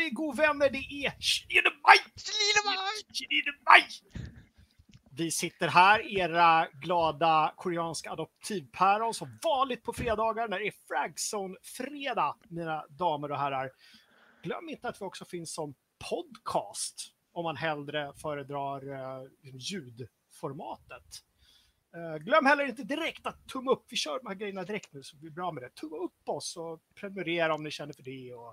Hörni, god vänner, det är 29 maj! 29 maj! Vi sitter här, era glada koreanska adoptivpäron, som vanligt på fredagar när det är Fragzone-fredag, mina damer och herrar. Glöm inte att vi också finns som podcast om man hellre föredrar ljudformatet. Glöm heller inte direkt att tumma upp. Vi kör de här grejerna direkt nu så vi blir bra med det. Tumma upp oss och prenumerera om ni känner för det. Och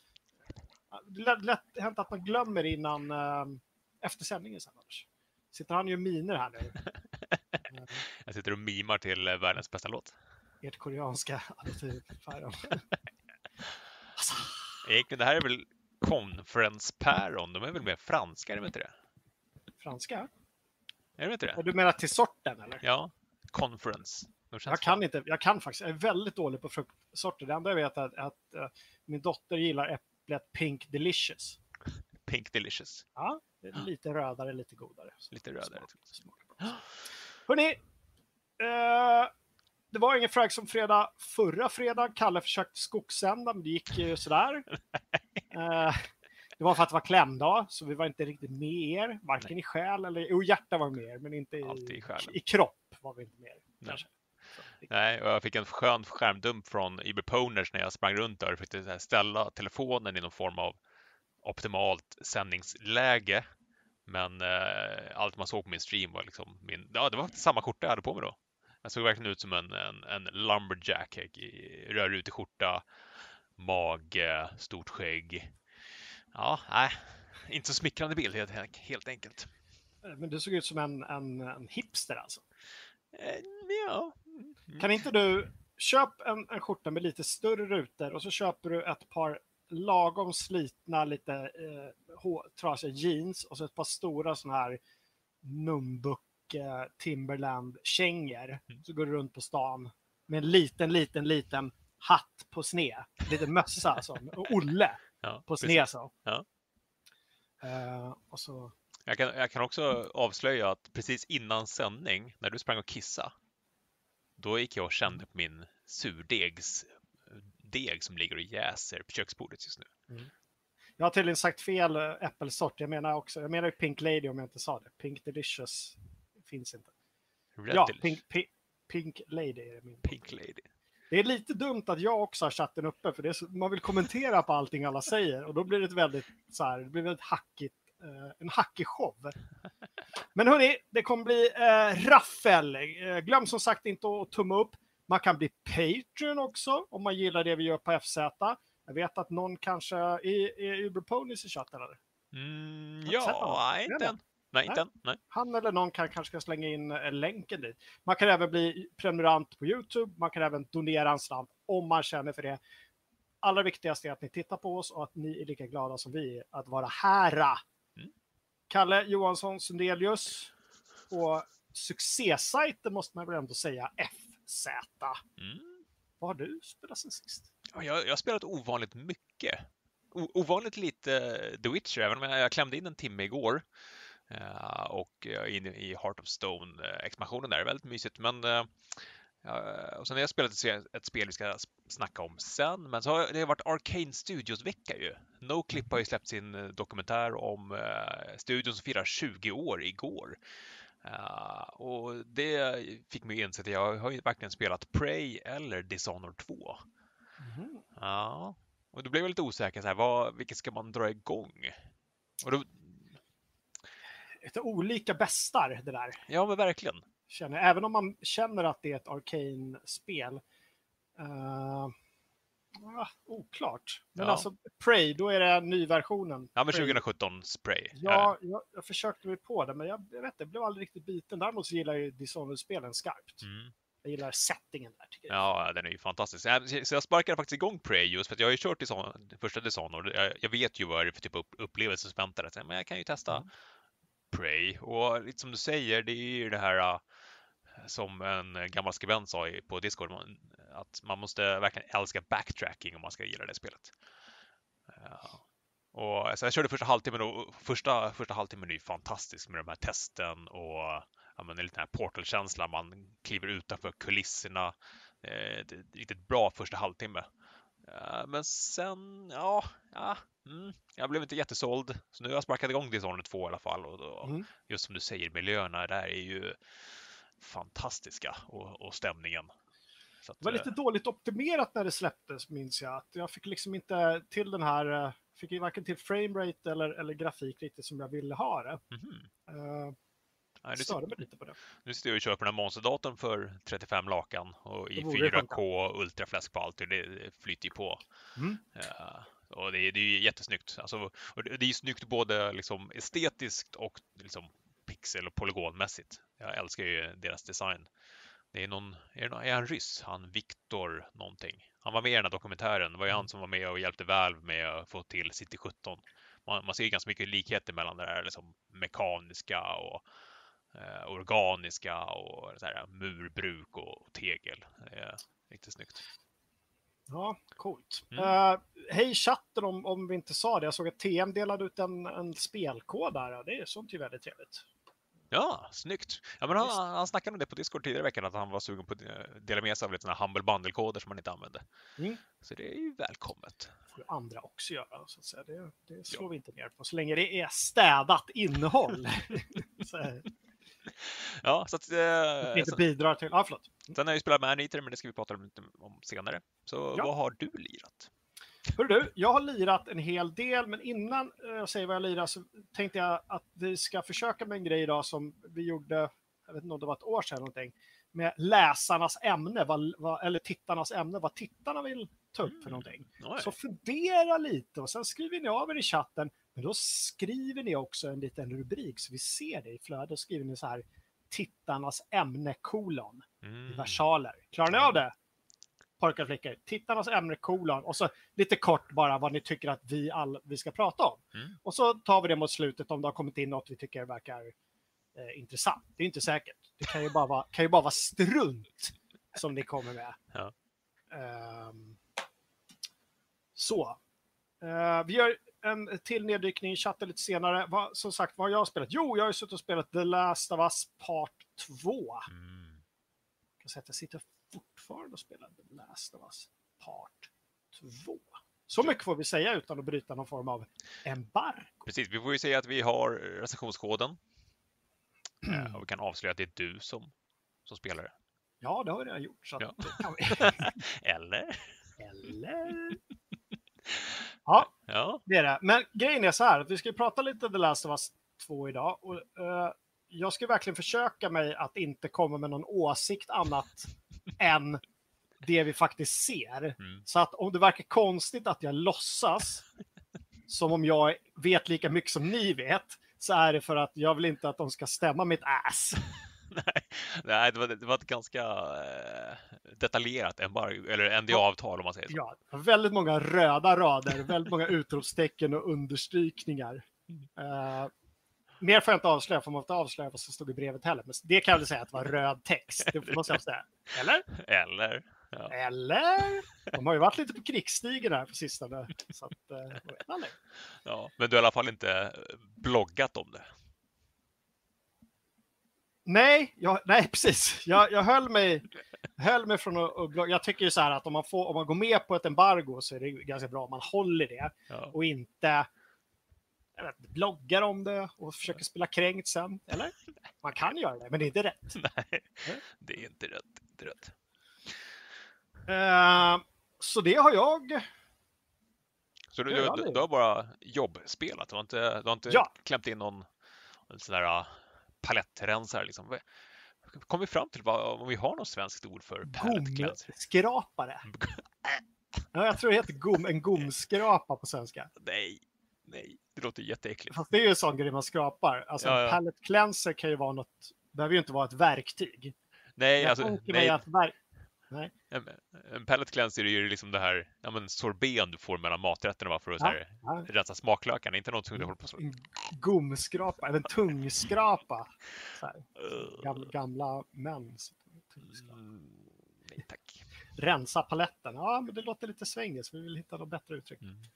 lätt hänt att man glömmer innan efter sändningen sen annars. Sitter han ju miner här nu. Jag sitter och mimar till världens bästa låt. Ert koreanska adoptivpäron. Alltså. Egentligen, det här är väl konferenspäron. De är väl mer franska, är det inte det? Franska? Är det inte det? Och du menar till sorten, eller? Ja, conference. Jag kan faktiskt. Jag är väldigt dålig på fruktsorter. Det enda jag vet är att min dotter gillar äpplet Pink Delicious. Pink Delicious. Ja, det är lite rödare, lite godare. Lite rödare. Hörrni, det var ingen Fragzone fredag förra fredag. Kalle försökte skogssända, men det gick ju sådär. Det var för att det var klämdag, så vi var inte riktigt med er. Varken i själ eller... Jo, hjärta var med er, men inte i kropp var vi inte med er. Kanske. Nej, och jag fick en skön skärmdump från Iberponers när jag sprang runt där och fick ställa telefonen i någon form av optimalt sändningsläge. Men allt man såg på min stream var liksom det var samma skjorta jag hade på mig då. Jag såg verkligen ut som en lumberjack i rödrutig skjorta, mage, stort skägg. Ja, nej, inte så smickrande bild helt enkelt. Men du såg ut som en hipster alltså. Ja. Kan inte du köpa en skjorta med lite större rutor och så köper du ett par lagom slitna lite trasiga jeans och så ett par stora såna här Numbuk Timberland-kängor. Så går du runt på stan med en liten hatt på sned. Lite mössa alltså. Och Olle på sned så. Ja. Och så... Jag kan också avslöja att precis innan sändning, när du sprang och kissa, då gick jag och kände på min surdegsdeg som ligger och jäser på köksbordet just nu. Mm. Jag har tydligen sagt fel äppelsort. Jag menar ju Pink Lady om jag inte sa det. Pink Delicious finns inte. Pink Lady är det min. Pink Lady. Det är lite dumt att jag också har chatten uppe för man vill kommentera på allting alla säger och då blir det väldigt hackigt. En hackig show. Men hörni, det kommer bli raffel. Glöm som sagt inte att tumma upp. Man kan bli Patreon också om man gillar det vi gör på FZ. Jag vet att någon kanske är Uber Ponies i chatten eller? Inte än. Nej. Han eller någon kanske ska slänga in länken dit. Man kan även bli prenumerant på YouTube. Man kan även donera en slant om man känner för det. Allra viktigaste är att ni tittar på oss och att ni är lika glada som vi är att vara här. Kalle Johansson Sundelius och succésajten måste man väl ändå säga FZ. Vad har du spelat sen sist? Jag har spelat ovanligt mycket. Ovanligt lite The Witcher, även om jag klämde in en timme igår. Och in i Heart of Stone-expansionen där. Väldigt mysigt, men och sen har jag spelat ett spel vi ska snacka om sen, men så har det varit Arcane Studios-vecka ju. Noclip har ju släppt sin dokumentär om studion som firar 20 år igår. Och det fick mig inse att jag har ju verkligen spelat Prey eller Dishonored 2. Ja, och då blev jag lite osäker så här, vilket ska man dra igång? Och då... Ett olika bästar det där. Ja, men verkligen. Även om man känner att det är ett Arcane-spel. Oklart. Men alltså Prey, då är det nyversionen. Ja, men 2017s Prey. Ja, jag försökte mig på det, men jag vet inte, jag blev aldrig riktigt biten. Däremot så gillar jag ju Dishonored-spelen skarpt. Jag gillar settingen där, tycker jag. Ja, den är ju fantastisk. Så jag sparkade faktiskt igång Prey just för att jag har ju kört första Dishonored. Jag vet ju vad det är för typ av upplevelse som väntar. Men jag kan ju testa Prey. Och lite som du säger, det är ju det här som en gammal skribent sa på Discord, att man måste verkligen älska backtracking om man ska gilla det spelet. Och så jag körde första halvtimmen och första halvtimmen är ju fantastisk med de här testen och en liten här portalkänsla. Man kliver utanför kulisserna. Det är riktigt bra första halvtimme. Men sen, Jag blev inte jättesåld. Så nu har jag sparkat igång Dishonored 2 i alla fall. Och då, just som du säger, miljöerna där är ju fantastiska och stämningen. Så att, det var lite dåligt optimerat när det släpptes, minns jag. Att jag fick liksom inte till den här, fick varken till framerate eller grafik riktigt som jag ville ha det. Nej, störde mig lite på det. Nu sitter jag och kör på den här monsterdatorn för 35 lakan och i 4K ultrafläsk på allt. Det flyter ju på. Och det är ju jättesnyggt. Alltså, och det är ju snyggt både liksom estetiskt och liksom pixel- och polygonmässigt. Jag älskar ju deras design. Det är är han ryss? Han Viktor någonting. Han var med i den här dokumentären. Det var ju han som var med och hjälpte Valve med att få till City 17. Man ser ganska mycket likheter mellan det här liksom mekaniska och organiska och så här, murbruk och tegel. Det är riktigt snyggt. Ja, coolt. Hej chatten om vi inte sa det. Jag såg att TM delade ut en spelkod där. Det är sånt ju väldigt trevligt. Ja, snyggt. Ja, men han snackade om det på Discord tidigare i veckan att han var sugen på att dela med sig av lite såna Humble Bundle-koder som man inte använde. Så det är ju välkommet. Det får andra också göra, så att säga. Det slår vi inte ner på så länge det är städat innehåll. Ja, så att... inte bidrar till... Ja, förlåt. Sen har jag ju spelat Maneater, men det ska vi prata lite om senare. Så vad har du lirat? Hör du, jag har lirat en hel del, men innan jag säger vad jag lirar så tänkte jag att vi ska försöka med en grej idag som vi gjorde, jag vet inte om det var ett år sedan någonting, med läsarnas ämne, eller tittarnas ämne, vad tittarna vill ta upp för någonting. Så fundera lite och sen skriver ni av er i chatten, men då skriver ni också en liten rubrik så vi ser det i flödet. Då skriver ni så här, tittarnas ämne : i versaler. Klarar ni av det? Pojkar och flickor, tittarnas ämne : och så lite kort bara vad ni tycker att vi ska prata om. Och så tar vi det mot slutet om det har kommit in något vi tycker verkar intressant. Det är inte säkert. Det kan ju bara vara strunt som ni kommer med. Ja. Vi gör en till neddykning i chatten lite senare. Som sagt, vad har jag spelat? Jo, jag har ju suttit och spelat The Last of Us Part 2. Jag kan säga att jag sitter fortfarande och spelar The Last of Us Part 2. Så mycket får vi säga utan att bryta någon form av embargo. Precis, vi får ju säga att vi har recensionskoden. Och vi kan avslöja att det är du som spelar det. Ja, det har jag redan gjort. Så ja. Kan vi... Eller? Ja, det är det. Men grejen är så här, att vi ska prata lite The Last of Us 2 idag. Och, jag ska verkligen försöka mig att inte komma med någon åsikt annat än det vi faktiskt ser. Så att om det verkar konstigt att jag låtsas som om jag vet lika mycket som ni vet, så är det för att jag vill inte att de ska stämma mitt ass. Nej, det var ett ganska detaljerat NDA-avtal om man säger så. Ja, väldigt många röda rader, väldigt många utropstecken och understrykningar. Mer får jag inte avslöja, för man får inte avslöja vad som stod i brevet heller. Men det kan jag väl säga att det var röd text. Det måste jag säga. Eller? Ja. Eller? De har ju varit lite på krigsstigen här på sistone. Så att, vet man det. Ja, men du har i alla fall inte bloggat om det. Nej, precis. Jag höll mig från att blogga. Jag tycker ju så här att om man går med på ett embargo så är det ganska bra om man håller det. Ja. Och inte bloggar om det och försöker spela kränkt sen. Eller? Man kan göra det, men det är inte rätt. Nej, det är inte rätt. Så det har jag. Så du har bara jobbspelat? Du har inte klämt in någon sån där palettrensare liksom? Kom vi fram till om vi har något svenskt ord för palettklänsare? Skrapare. Ja, jag tror det heter en gomskrapa på svenska. Nej, det låter jätteäckligt. Fast det är ju en sån grej man skrapar. Alltså en pallet cleanser kan ju vara något, behöver ju inte vara ett verktyg. Nej, Nej. En pallet cleanser är ju liksom det här sorbeten du får mellan maträtterna för att rensa smaklökarna, inte något som du håller på så. En gomskrapa, eller en tungskrapa. Så här. Gamla män. Nej, tack. Rensa paletten. Ja, men det låter lite svängigt så vi vill hitta något bättre uttryck.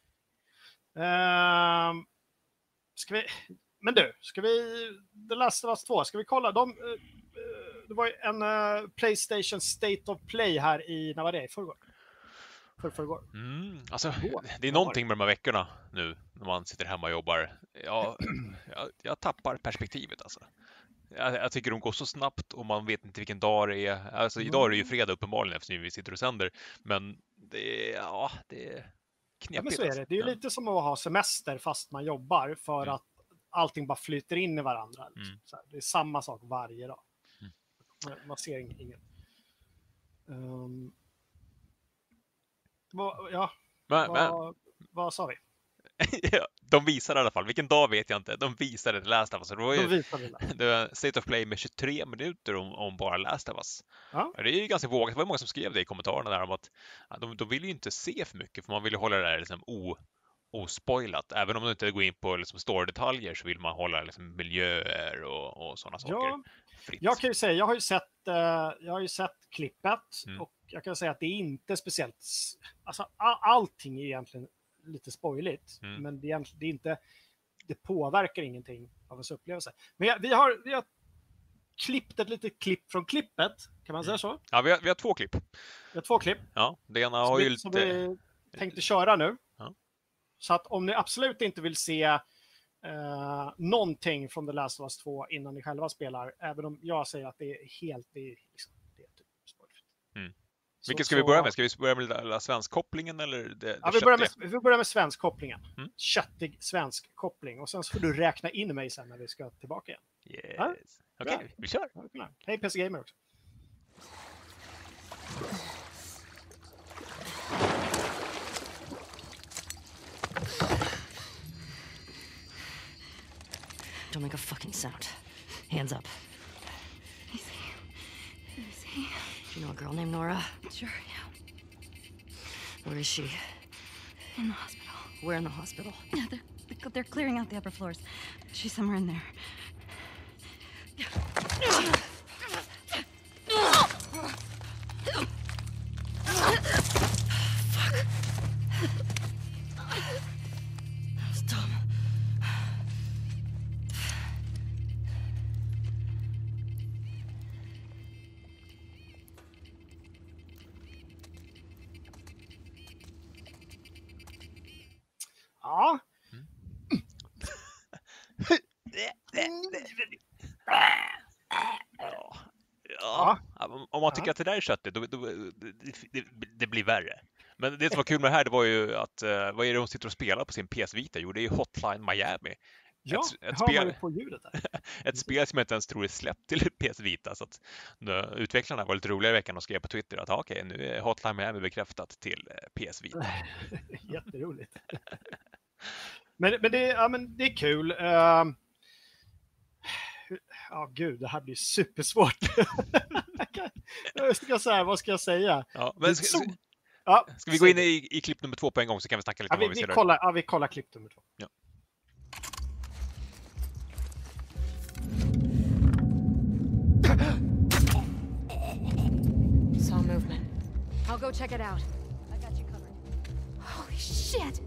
Ska vi The Last of Us 2, ska vi kolla det var en PlayStation State of Play här i, när var det? I förrgår? förrgår. Alltså, det är någonting med de här veckorna nu när man sitter hemma och jobbar. Jag tappar perspektivet alltså. Jag tycker de går så snabbt och man vet inte vilken dag det är. Alltså idag är det ju fredag uppenbarligen eftersom vi sitter och sänder. Men det är knepigt. Ja, men så är det. Det är ju lite som att ha semester fast man jobbar för att allting bara flyter in i varandra. Liksom. Så här, det är samma sak varje dag. Man ser inget. Vad sa vi? De visar i alla fall, vilken dag vet jag inte. De visade Last of Us. Det var ju State of Play med 23 minuter om bara Last of Us. Ja. Det är ju ganska vågat. Det var många som skrev det i kommentarerna där om att de vill ju inte se för mycket för man vill ju hålla det där liksom ospoilat. Även om du inte går in på liksom story-detaljer så vill man hålla liksom miljöer och sådana saker fritt. Jag kan ju säga, jag har ju sett klippet och jag kan säga att det är inte speciellt, alltså allting är egentligen lite spoiligt, men det är inte, det påverkar ingenting av ens upplevelse. Men vi har klippt ett litet klipp från klippet, kan man säga så? Ja, vi har 2 klipp. Vi har 2 klipp. Ja, det ena har ju lite... Som vi tänkte köra nu. Ja. Så att om ni absolut inte vill se någonting från The Last of Us 2 innan ni själva spelar, även om jag säger att det är helt, det är typ spoilfritt. Vilket ska vi börja med? Ska vi börja med svenskkopplingen eller vi börjar med svenskkopplingen. Köttig svensk koppling. Och sen så får du räkna in mig sen när vi ska tillbaka igen. Yes. Okej, vi kör. Hej PC Gamer också. Don't make a fucking sound. Hands up. Easy. Do you know a girl named Nora? Sure, yeah. Where is she? In the hospital. Where in the hospital? Yeah, they're clearing out the upper floors. She's somewhere in there. That was dumb. Ja. Om man tycker att det där är köttigt, det blir värre. Men det som var kul med det här, det var ju att vad är det hon sitter och spelar på sin PS Vita? Jo, det är ju Hotline Miami. Ja, ett spel på ljudet där. Ett spel som jag inte ens tror är släppt till PS Vita. Så att utvecklarna var lite roliga i veckan och skrev på Twitter att okej, nu är Hotline Miami bekräftat till PS Vita. Jätteroligt. men det är kul. Gud, det här blir supersvårt. Vad ska jag säga? Ja, men ska vi gå in i klipp nummer 2 på en gång så kan vi snacka lite om vad vi ser. Vi kollar klipp nummer 2. Ja. Saw movement. I'll go check it out. I got you covered. Holy shit!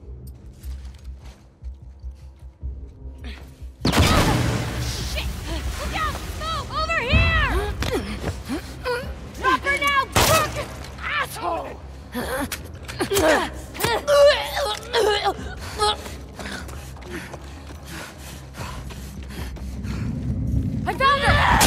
Shit! Look out! No! Over here! Drop her now, crook! Asshole! I found her!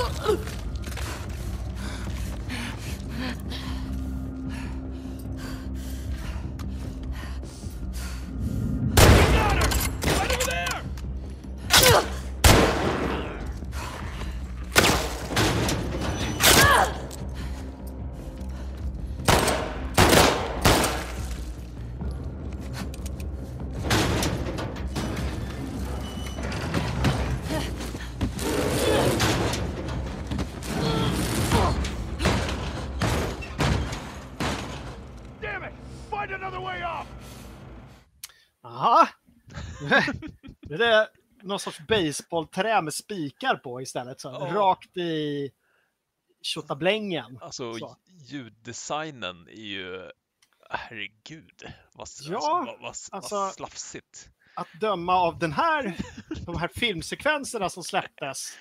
Aha. Det är någon sorts baseballträ med spikar på istället. Så rakt i tjottablängen. Alltså ljuddesignen är ju... Herregud. Vad slafsigt. Att döma av de här filmsekvenserna som släpptes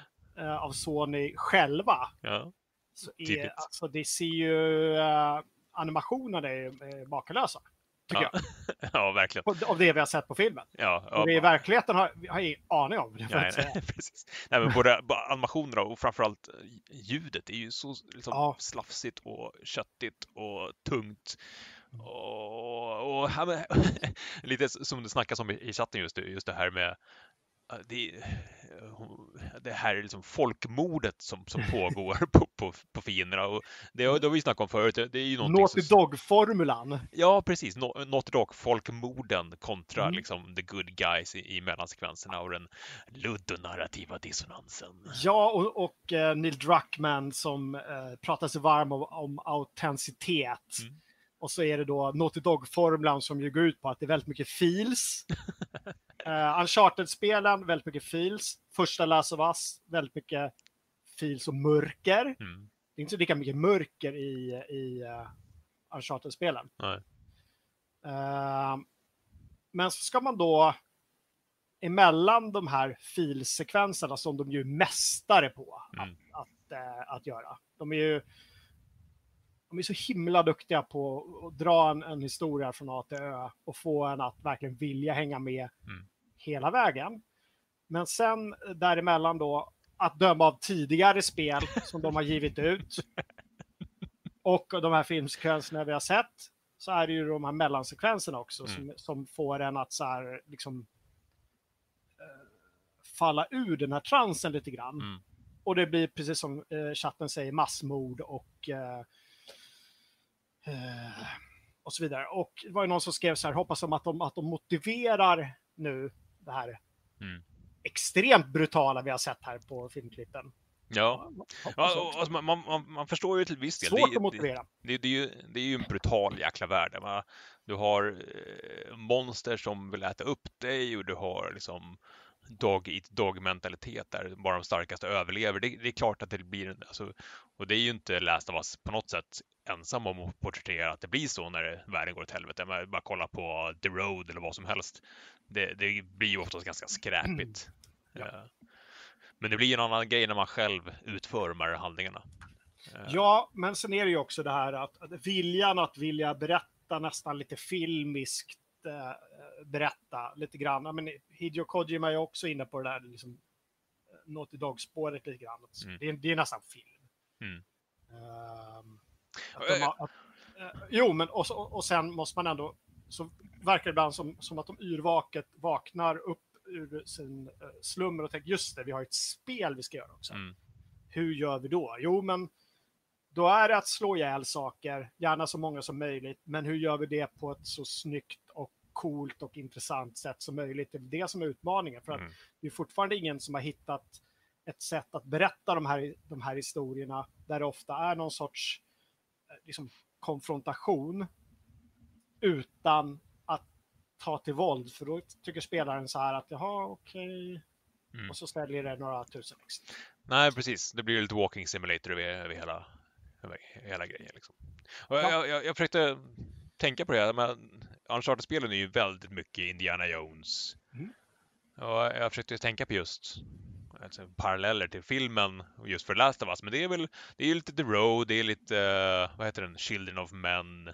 av Sony själva. Ja. Så det ser ju... animationerna är makalösa. Tycker Ja. jag. Ja, verkligen. Av det vi har sett på filmen. Ja, Och det i verkligheten har jag ingen aning om. nej, precis. Nej, men både animationerna och framförallt ljudet är ju så liksom, slafsigt och köttigt och tungt. Och lite som det snackas om i chatten just det här med det här är liksom folkmordet som pågår på fienderna. Och det har vi snackat om förut. Det är ju Naughty Dog-formulan. Ja, precis. Naughty Dog-folkmorden kontra liksom the good guys i mellansekvenserna och den luddonarrativa dissonansen. Ja, och Neil Druckmann som pratar sig varm om autenticitet. Och så är det då Naughty Dog-formulan som ju går ut på att det är väldigt mycket feels. Uncharted-spelen, väldigt mycket feels. Första Last of Us, väldigt mycket feels och mörker. Det är inte så lika mycket mörker i Uncharted-spelen. Men så ska man då emellan de här feels-sekvenserna som de ju är mästare på att göra. De är så himla duktiga på att dra en historia från A till Ö och få en att verkligen vilja hänga med hela vägen. Men sen däremellan då, att döma av tidigare spel som de har givit ut och de här filmsekvenserna vi har sett, så är det ju de här mellansekvenserna också som får en att så här, liksom, falla ur den här transen lite grann. Och det blir precis som chatten säger, massmord och så vidare. Och det var ju någon som skrev så här, hoppas att de motiverar nu det här extremt brutala vi har sett här på filmklippen. Ja, alltså man förstår ju till viss del. Svårt att motivera. Det är ju en brutal jäkla värld. Du har monster som vill äta upp dig och du har liksom dog-eat-dog-mentalitet där bara de starkaste överlever. Det är klart att det blir alltså, och det är ju inte Last of Us på något sätt ensam om att porträttera att det blir så när världen går åt helvete. Man bara kolla på The Road eller vad som helst. Det blir ju oftast ganska skräpigt. Men det blir en annan grej när man själv utför de här handlingarna. Ja, men sen är det ju också det här att viljan att vilja berätta nästan lite filmiskt, berätta lite grann. Men Hideo Kojima är också inne på det där liksom, Naughty Dog-spåret lite grann. Det är nästan film. Jo, men och sen måste man ändå, så verkar det ibland som att de yrvaket vaknar upp ur sin slummer och tänker, just det, vi har ett spel vi ska göra också. Hur gör vi då? Jo, men då är det att slå ihjäl saker, gärna så många som möjligt, men hur gör vi det på ett så snyggt och coolt och intressant sätt som möjligt? Det är det som är utmaningen, för att det är fortfarande ingen som har hittat ett sätt att berätta de här historierna där det ofta är någon sorts liksom, konfrontation utan att ta till våld, för då tycker spelaren så här att jaha, okej. Och så ställer det några tusen extra. Nej, precis. Det blir lite walking simulator över hela grejen liksom. Och jag försökte tänka på det här, men Uncharted-spelen är ju väldigt mycket Indiana Jones. Och jag försökte tänka på just paralleller till filmen just för Last of Us, men det är ju lite The Road, det är lite vad heter den, Children of Men.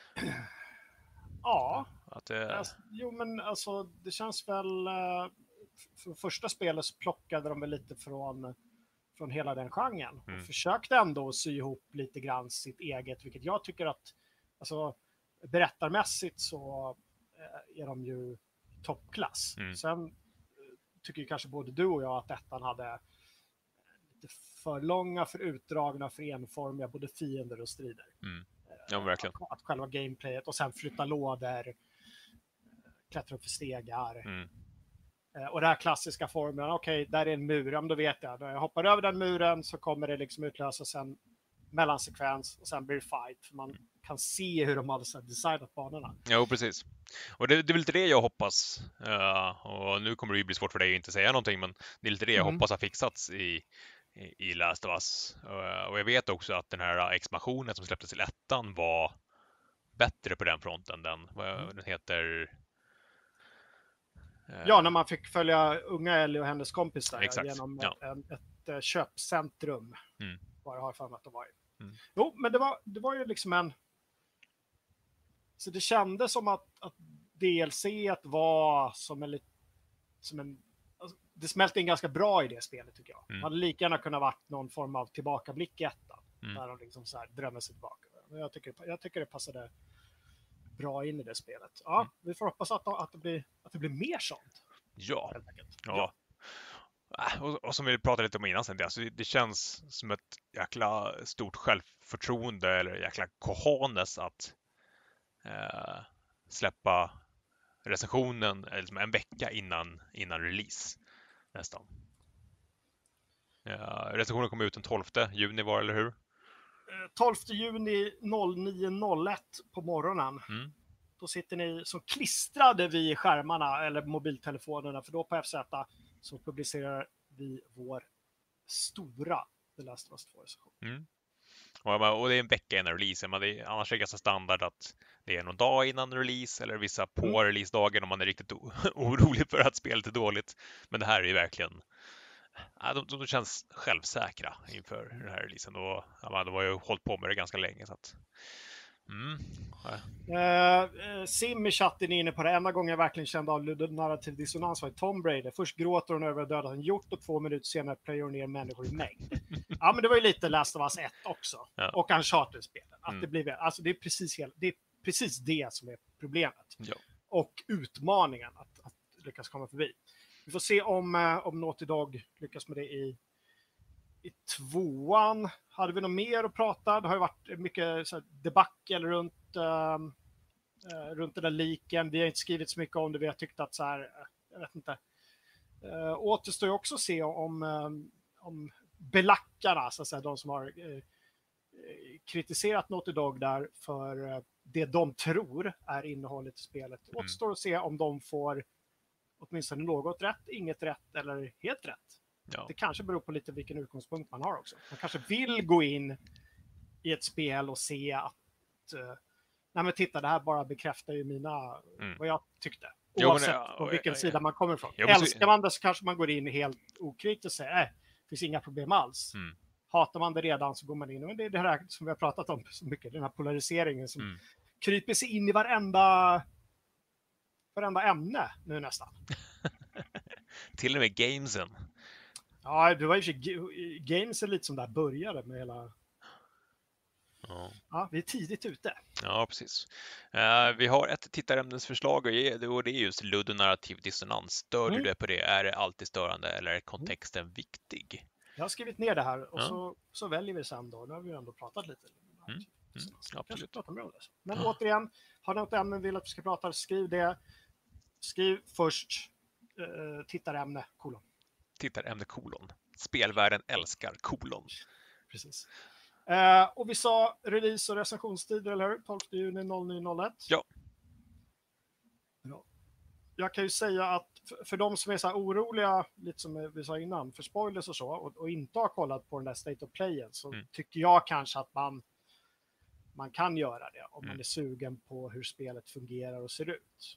Ja. Jo, men alltså det känns väl för första spelet så plockade de väl lite från hela den genren och försökte ändå sy ihop lite grann sitt eget, vilket jag tycker att alltså berättarmässigt så är de ju toppklass. Sen tycker ju kanske både du och jag att ettan hade lite för långa, för utdragna, för enformiga både fiender och strider. Ja, verkligen. Att själva gameplayet och sen flytta lådor, klättra upp för stegar. Och det här klassiska formeln, okej, där är en mur, ja, men då vet jag. När jag hoppar över den muren så kommer det liksom utlösas en mellansekvens och sen blir det fight. För man kan se hur de har designat banorna. Ja, precis. Och det är väl lite det jag hoppas. Och nu kommer det ju bli svårt för dig att inte säga någonting, men det är lite det jag hoppas har fixats i Last of Us. Och jag vet också att den här expansionen som släpptes till ettan var bättre på den fronten. Den heter... Ja, när man fick följa unga Ellie och hennes kompis där. Exakt. Genom ett köpcentrum. Vad jag har för mig att det var i. Mm. Jo, men det var ju liksom Så det kändes som att DLC var som alltså, det smälte in ganska bra i det spelet tycker jag. Det hade lika gärna kunnat varit någon form av tillbakablick i ettan. Där de liksom så här drömmer sig tillbaka. Men jag tycker det passade bra in i det spelet. Ja, vi får hoppas att det blir mer sånt. Ja. Och som vi pratade lite om innan sen, alltså det känns som ett jäkla stort självförtroende eller jäkla cojones att släppa recensionen liksom en vecka innan release nästan. Recensionen kom ut den 12 juni var, eller hur? 12 juni 09.01 på morgonen. Då sitter ni som klistrade vid skärmarna eller mobiltelefonerna, för då på FZ så publicerar vi vår stora The Last of Us 2-recension. Och det är en vecka innan release, men annars är det ganska standard att det är någon dag innan release eller vissa på releasedagen om man är riktigt orolig för att spelet är dåligt. Men det här är ju verkligen, de känns självsäkra inför den här releasen. Och de har ju hållit på med det ganska länge. Så att, Sim i chatten är inne på det. Enda gången jag verkligen kände av narrativ dissonans var i Tomb Raider. Först gråter hon över att döda en hjort och 2 minuter senare plöjer hon ner människor i mängd. Ja, men det var ju lite Last of Us 1 också. Ja. Och Uncharted-spelen. Att det blir, alltså det är precis det som är problemet. Ja. Och utmaningen att lyckas komma förbi. Vi får se om Naughty Dog lyckas med det i 2:an. Hade vi något mer att prata? Det har ju varit mycket så här debacle runt den där liken. Vi har inte skrivit så mycket om det. Vi har tyckt att så här, jag vet inte. Återstår ju också att se om belackarna, så att säga, de som har kritiserat Naughty Dog där för det de tror är innehållet i spelet. Återstår att se om de får åtminstone något rätt, inget rätt eller helt rätt. Ja. Det kanske beror på lite vilken utgångspunkt man har också. Man kanske vill gå in i ett spel och se att nej men titta, det här bara bekräftar ju vad jag tyckte. Oavsett på vilken sida man kommer ifrån. Älskar man det så kanske man går in helt okritiskt och säger det finns inga problem alls. Hatar man det redan så går man in. Men det är det här som vi har pratat om så mycket, den här polariseringen som kryper sig in i varenda ämne nu nästan. Till och med gamesen. Ja, det var ju games är lite som där började med hela... Ja, vi är tidigt ute. Ja, precis. Vi har ett tittarämnesförslag och det är just ludonarrativ dissonans. Stör du det på det? Är det alltid störande eller är kontexten viktig? Jag har skrivit ner det här och så väljer vi sen då. Nu har vi ändå pratat lite. Absolut. Prata mer om det. Men återigen, har ni något ämne vill att vi ska prata, skriv det. Skriv först tittarämne, kolon. Tittarämne, kolon. Spelvärlden älskar, kolon. Precis. Och vi sa release- och recensionstid, eller hur? 12 juni 09.01. Ja. Jag kan ju säga att för de som är så här oroliga, lite som vi sa innan, för spoilers och så, och inte har kollat på den där State of Playen, så tycker jag kanske att man kan göra det om man är sugen på hur spelet fungerar och ser ut.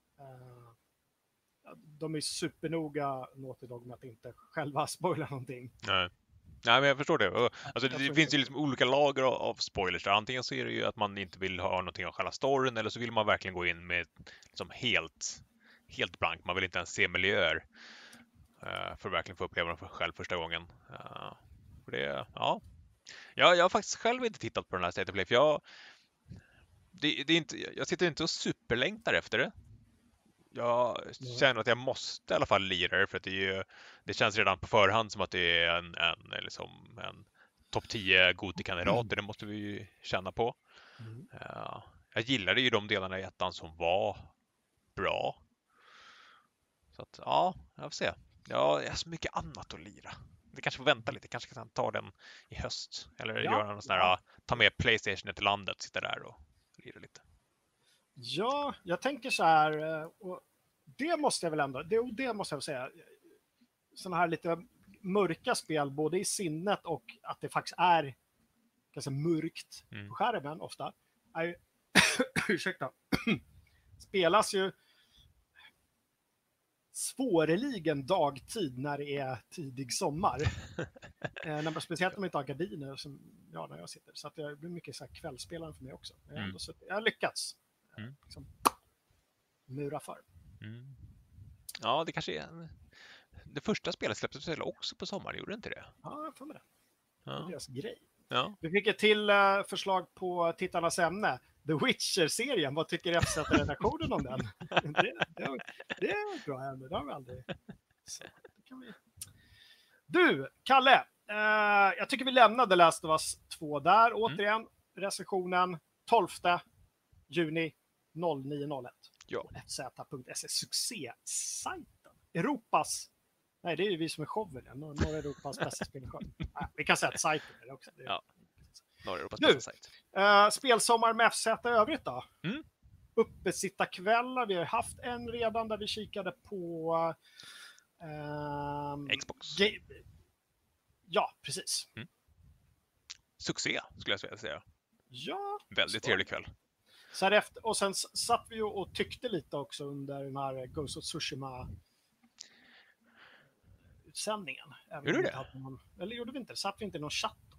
De är supernoga, Naughty Dog, med att inte själva spoila någonting. Nej, men jag förstår det. Alltså, det finns ju liksom olika lager av spoilers. Antingen så är det ju att man inte vill ha någonting av själva storyn, eller så vill man verkligen gå in med liksom helt blank. Man vill inte ens se miljöer för att verkligen få uppleva dem själv första gången. För det, ja. Jag har faktiskt själv inte tittat på den här State of Play, för jag sitter inte och superlängtar efter det. Jag känner att jag måste i alla fall lira det, för att det känns redan på förhand som att det är en topp 10 Goti-kandidater. Det måste vi ju känna på. Jag gillade ju de delarna i ettan som var bra. Så att, ja, jag får se. Jag har så mycket annat att lira. Det kanske får vänta lite. Kanske kan ta den i höst. Eller göra någon sån här, ta med PlayStation till landet, sitta där och lira lite. Ja, jag tänker så här, och det måste jag väl ändå, det måste jag säga, sådana här lite mörka spel, både i sinnet och att det faktiskt är ganska mörkt på skärmen ofta, är ju, ursäkta, spelas ju svårligen dagtid när det är tidig sommar. Speciellt om man inte har gardiner som, när jag sitter. Så att det blir mycket så här kvällsspelare för mig också. Jag har lyckats. liksom, mura för. Mm. Ja, det kanske är... Det första spelet släpptes väl också på sommaren, gjorde det inte det? Ja, jag får med det. Det är Ja. deras grej. Ja. Vi fick ett till förslag på tittarnas ämne. The Witcher-serien. Vad tycker FZ-redaktionen om den? Det är ett bra ämne. Det har vi aldrig. Så, det kan vi... Du, Kalle. Jag tycker vi lämnar The Last of Us 2 där. Återigen, recensionen 12 juni 0901. Ja. På fz.se. Succésajten. Europas... Nej, det är ju vi som är showen. Norra Europas bästa spelshow. Vi kan säga att sajten är det också. Ja. Norra Europas Nu, bästa sajt. spelsommar med FZ i övrigt då? Mm. Uppesittarkvällar. Vi har haft en redan där vi kikade på... Xbox. Ja, precis. Succé, skulle jag vilja säga. Ja. Väldigt trevlig kväll. Så här efter, och sen satt vi och tyckte lite också under den här Ghost of Tsushima-utsändningen. Gjorde du det? Eller gjorde vi inte det? Satt vi inte i någon chatt då?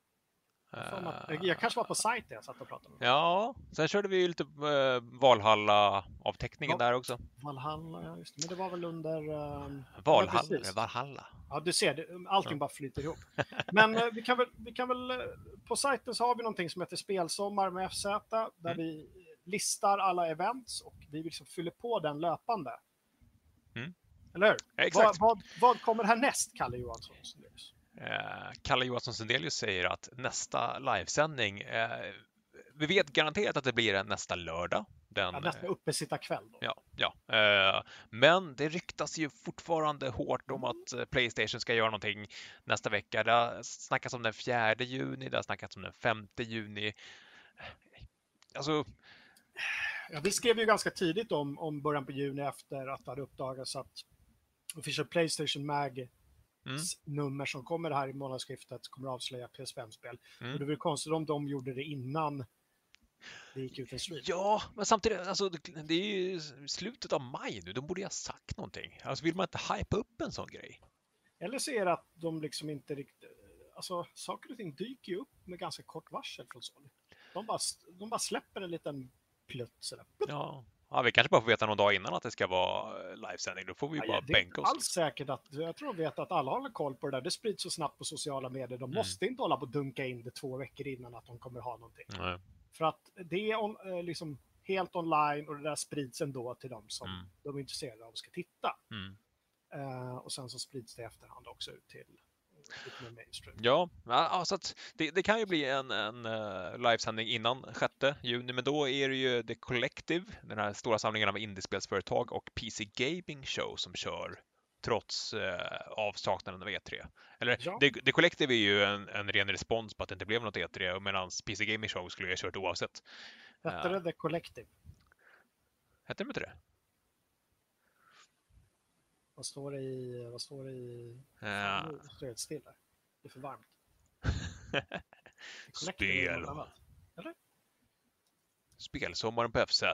Jag kanske var på sajten jag satt och pratade med. Ja, sen körde vi ju lite Valhalla-avteckningen där också. Valhalla, ja, just det. Men det var väl under... Valhalla. Ja, du ser, allting bara flyter ihop. Men vi kan väl... På sajten så har vi någonting som heter Spelsommar med FZ, där vi listar alla events och vi liksom fyller på den löpande. Eller hur? Ja, exakt. Vad kommer härnäst, Kalle Johansson? Kalle Johansson Sundelius säger att nästa livesändning, vi vet garanterat att det blir nästa lördag. Nästa uppesittarkväll då. Ja. Men det ryktas ju fortfarande hårt om att PlayStation ska göra någonting nästa vecka. Det har snackats om den 4 juni, det har snackats om den 5 juni. Alltså... Ja, vi skrev ju ganska tidigt om början på juni efter att det hade uppdagats att Official PlayStation Mag nummer som kommer här i månadsskiftet kommer att avslöja PS5-spel. Och det var konstigt om de gjorde det innan det gick ut en stream. Ja, men samtidigt, alltså, det är ju slutet av maj nu. De borde ju ha sagt någonting. Alltså vill man inte hypa upp en sån grej? Eller så är det att de liksom inte riktigt... Alltså, saker och ting dyker ju upp med ganska kort varsel från Sony. De bara släpper en liten plutt sådär. Ja, vi kanske bara får veta någon dag innan att det ska vara livesändning. Då får vi bara bänka oss. Det är alls säkert att... Jag tror de vet att alla håller koll på det där. Det sprids så snabbt på sociala medier. De måste inte hålla på och dunka in det 2 veckor innan att de kommer ha någonting. Nej. För att det är liksom helt online och det där sprids ändå till dem som de är intresserade av ska titta. Och sen så sprids det i efterhand också ut till lite mer mainstream. Ja, så att det kan ju bli en livesändning innan 6 juni, men då är det ju The Collective, den här stora samlingen av indiespelsföretag och PC Gaming Show som kör trots avsaknaden av E3. Eller The Collective är ju en ren respons på att det inte blev något E3, medan PC Gaming Show skulle ha kört oavsett. Hette det The Collective? Hette det inte det? Vad står det i... Nu står det helt stilla. Det är för varmt. Spel. Eller? Spelsommaren på FZ.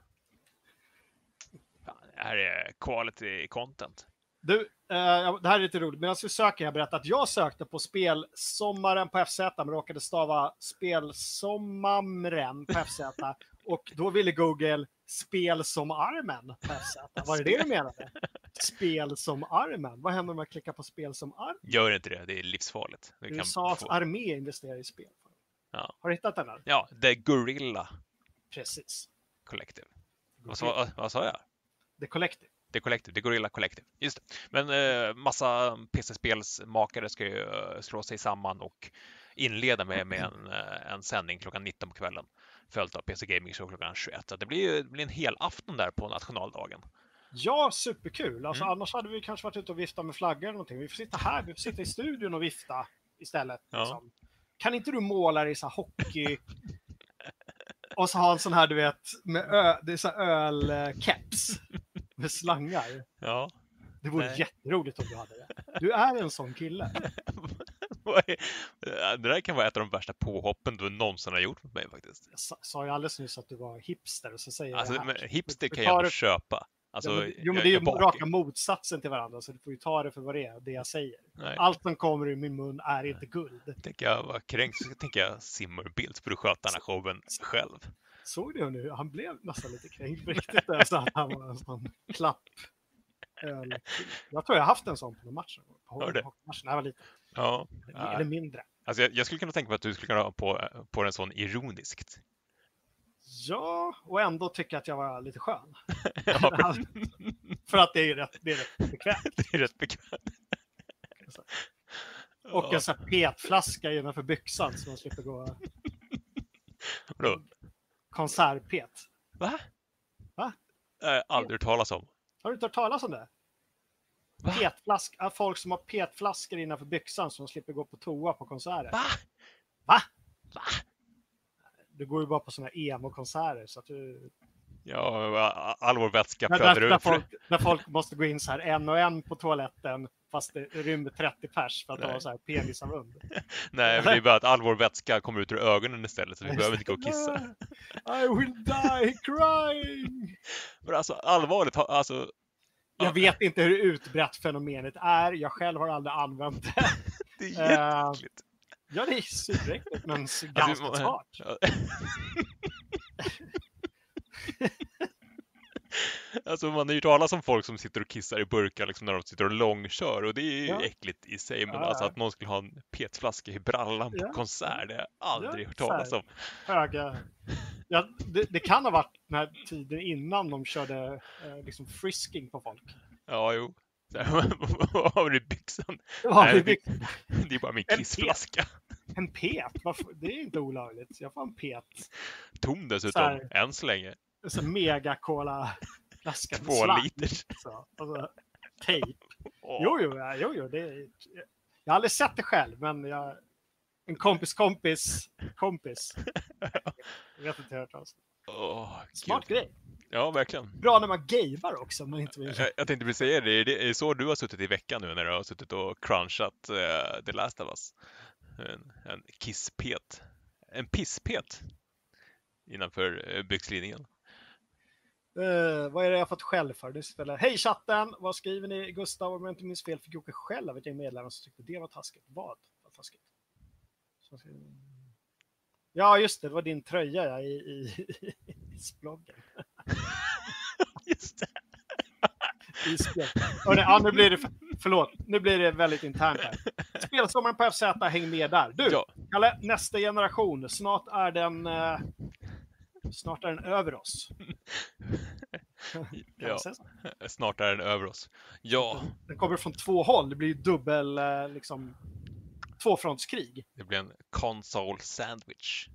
Fan, det här är quality content. Du, det här är lite roligt. Medan vi söker, jag berättat att jag sökte på spelsommaren på FZ, men råkade stava spelsommaren på FZ. Och då ville Google spel som armen på FZ. Var det du menade? Spel som armen? Vad händer om man klickar på spel som armen? Gör inte det, det är livsfarligt. USAs armé investerar i spel. Ja. Har du hittat den här? Ja, The Gorilla. Precis. Collective. Vad sa jag? The Collective. The Gorilla Collective. Just det. Men massa PC-spelsmakare ska ju slå sig samman och inleda med en sändning klockan 19 på kvällen. Följt av PC Gaming Show klockan 21. Så det blir en hel afton där på nationaldagen. Ja, superkul. Alltså, annars hade vi kanske varit ute och vifta med flaggor eller någonting. Vi får sitta här, vi får sitta i studion och vifta istället. Ja. Liksom. Kan inte du måla dig i så här hockey... och så ha en sån här, du vet, med det är så här ölkeps med slangar. Ja. Det vore jätteroligt om du hade det. Du är en sån kille. Det där kan vara ett av de värsta påhoppen du någonsin har gjort mot mig faktiskt. Jag sa ju alldeles nyss att du var hipster och så säger alltså, jag men hipster kan jag köpa. Alltså, men det är ju raka motsatsen till varandra, så du får ju ta det för vad det är, det jag säger. Nej. Allt som kommer ur min mun är inte guld. Tänker jag vara kränkt så tänker jag Simmerbild, så får du sköta den här showen själv. Såg du nu? Han blev nästan lite kränkt på riktigt där, så att han var en sån klapp. Jag tror jag har haft en sån på matchen. På hockeymatchen när jag var liten. Ja. Eller mindre. Alltså jag skulle kunna tänka mig att du skulle kunna ha på en sån ironiskt. Ja, och ändå tycka att jag var lite skön. Ja, För att det är rätt bekvämt. det är rätt bekvämt. Och en sån här petflaska innanför byxan så man slipper gå Vadå? konsertpet. Va? Va? Aldrig hört talas om. Har du inte hört talas om det? Petflaska, folk som har petflaskor innanför byxan så de slipper gå på toa på konserter. Va? Va? Va? Du går ju bara på såna här emo-konserter så att du... Ja, all vår vätska Men flödar ut. där folk måste gå in så här en och en på toaletten fast det rymmer 30 pers för att ha så här penisavund. Nej, men det är bara att all vår vätska kommer ut ur ögonen istället så vi behöver inte gå och kissa. I will die crying! Men alltså allvarligt, alltså... Jag vet inte hur utbrett fenomenet är. Jag själv har aldrig använt det. Det är jätteäckligt. Ja, det är superäckligt, men ganska smart. Alltså man har ju talat om folk som sitter och kissar i burkar liksom när de sitter och långkör och det är ju äckligt i sig. Men alltså att någon skulle ha en petflaska i brallan på konsert, det har jag aldrig hört talas om. Höga. Ja, det kan ha varit den här tiden innan de körde liksom frisking på folk. Ja, jo. Vad har du i byxan? Nej, det är bara min kissflaska. En pet? Det är inte olagligt. Jag får en pet. Tom dessutom, än så länge. Så mega cola flaska. 2 liter. Så, alltså, tejp. Jo, det är... Jag har aldrig sett det själv, men en kompis. Jag vet inte hört talas. Smart grej. Ja, verkligen. Bra när man gamer också. Men inte vill... Jag tänkte precis säga det. Det är så du har suttit i veckan nu när du har suttit och crunchat The Last of Us. En kisspet. En pisspet. Innanför byxlinningen. Vad är det jag fått skäll för? Det spelar... Hej chatten! Vad skriver ni? Gustav, om jag inte minns fel, fick Jocke skäll av ett gäng medlemmar som tyckte det var taskigt. Vad var taskigt? Ja, just det. Det var din tröja i bloggen. Just det. Nu blir det... Förlåt. Nu blir det väldigt internt här. Spelsommaren på FZ, häng med där. Du, Kalle, nästa generation. Snart är den över oss. Ja, snart är den över oss. Ja. Den kommer från 2 håll. Det blir ju dubbel, liksom, tvåfrontskrig. Det blir en console sandwich.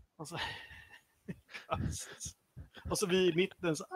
Och så vi i mitten så...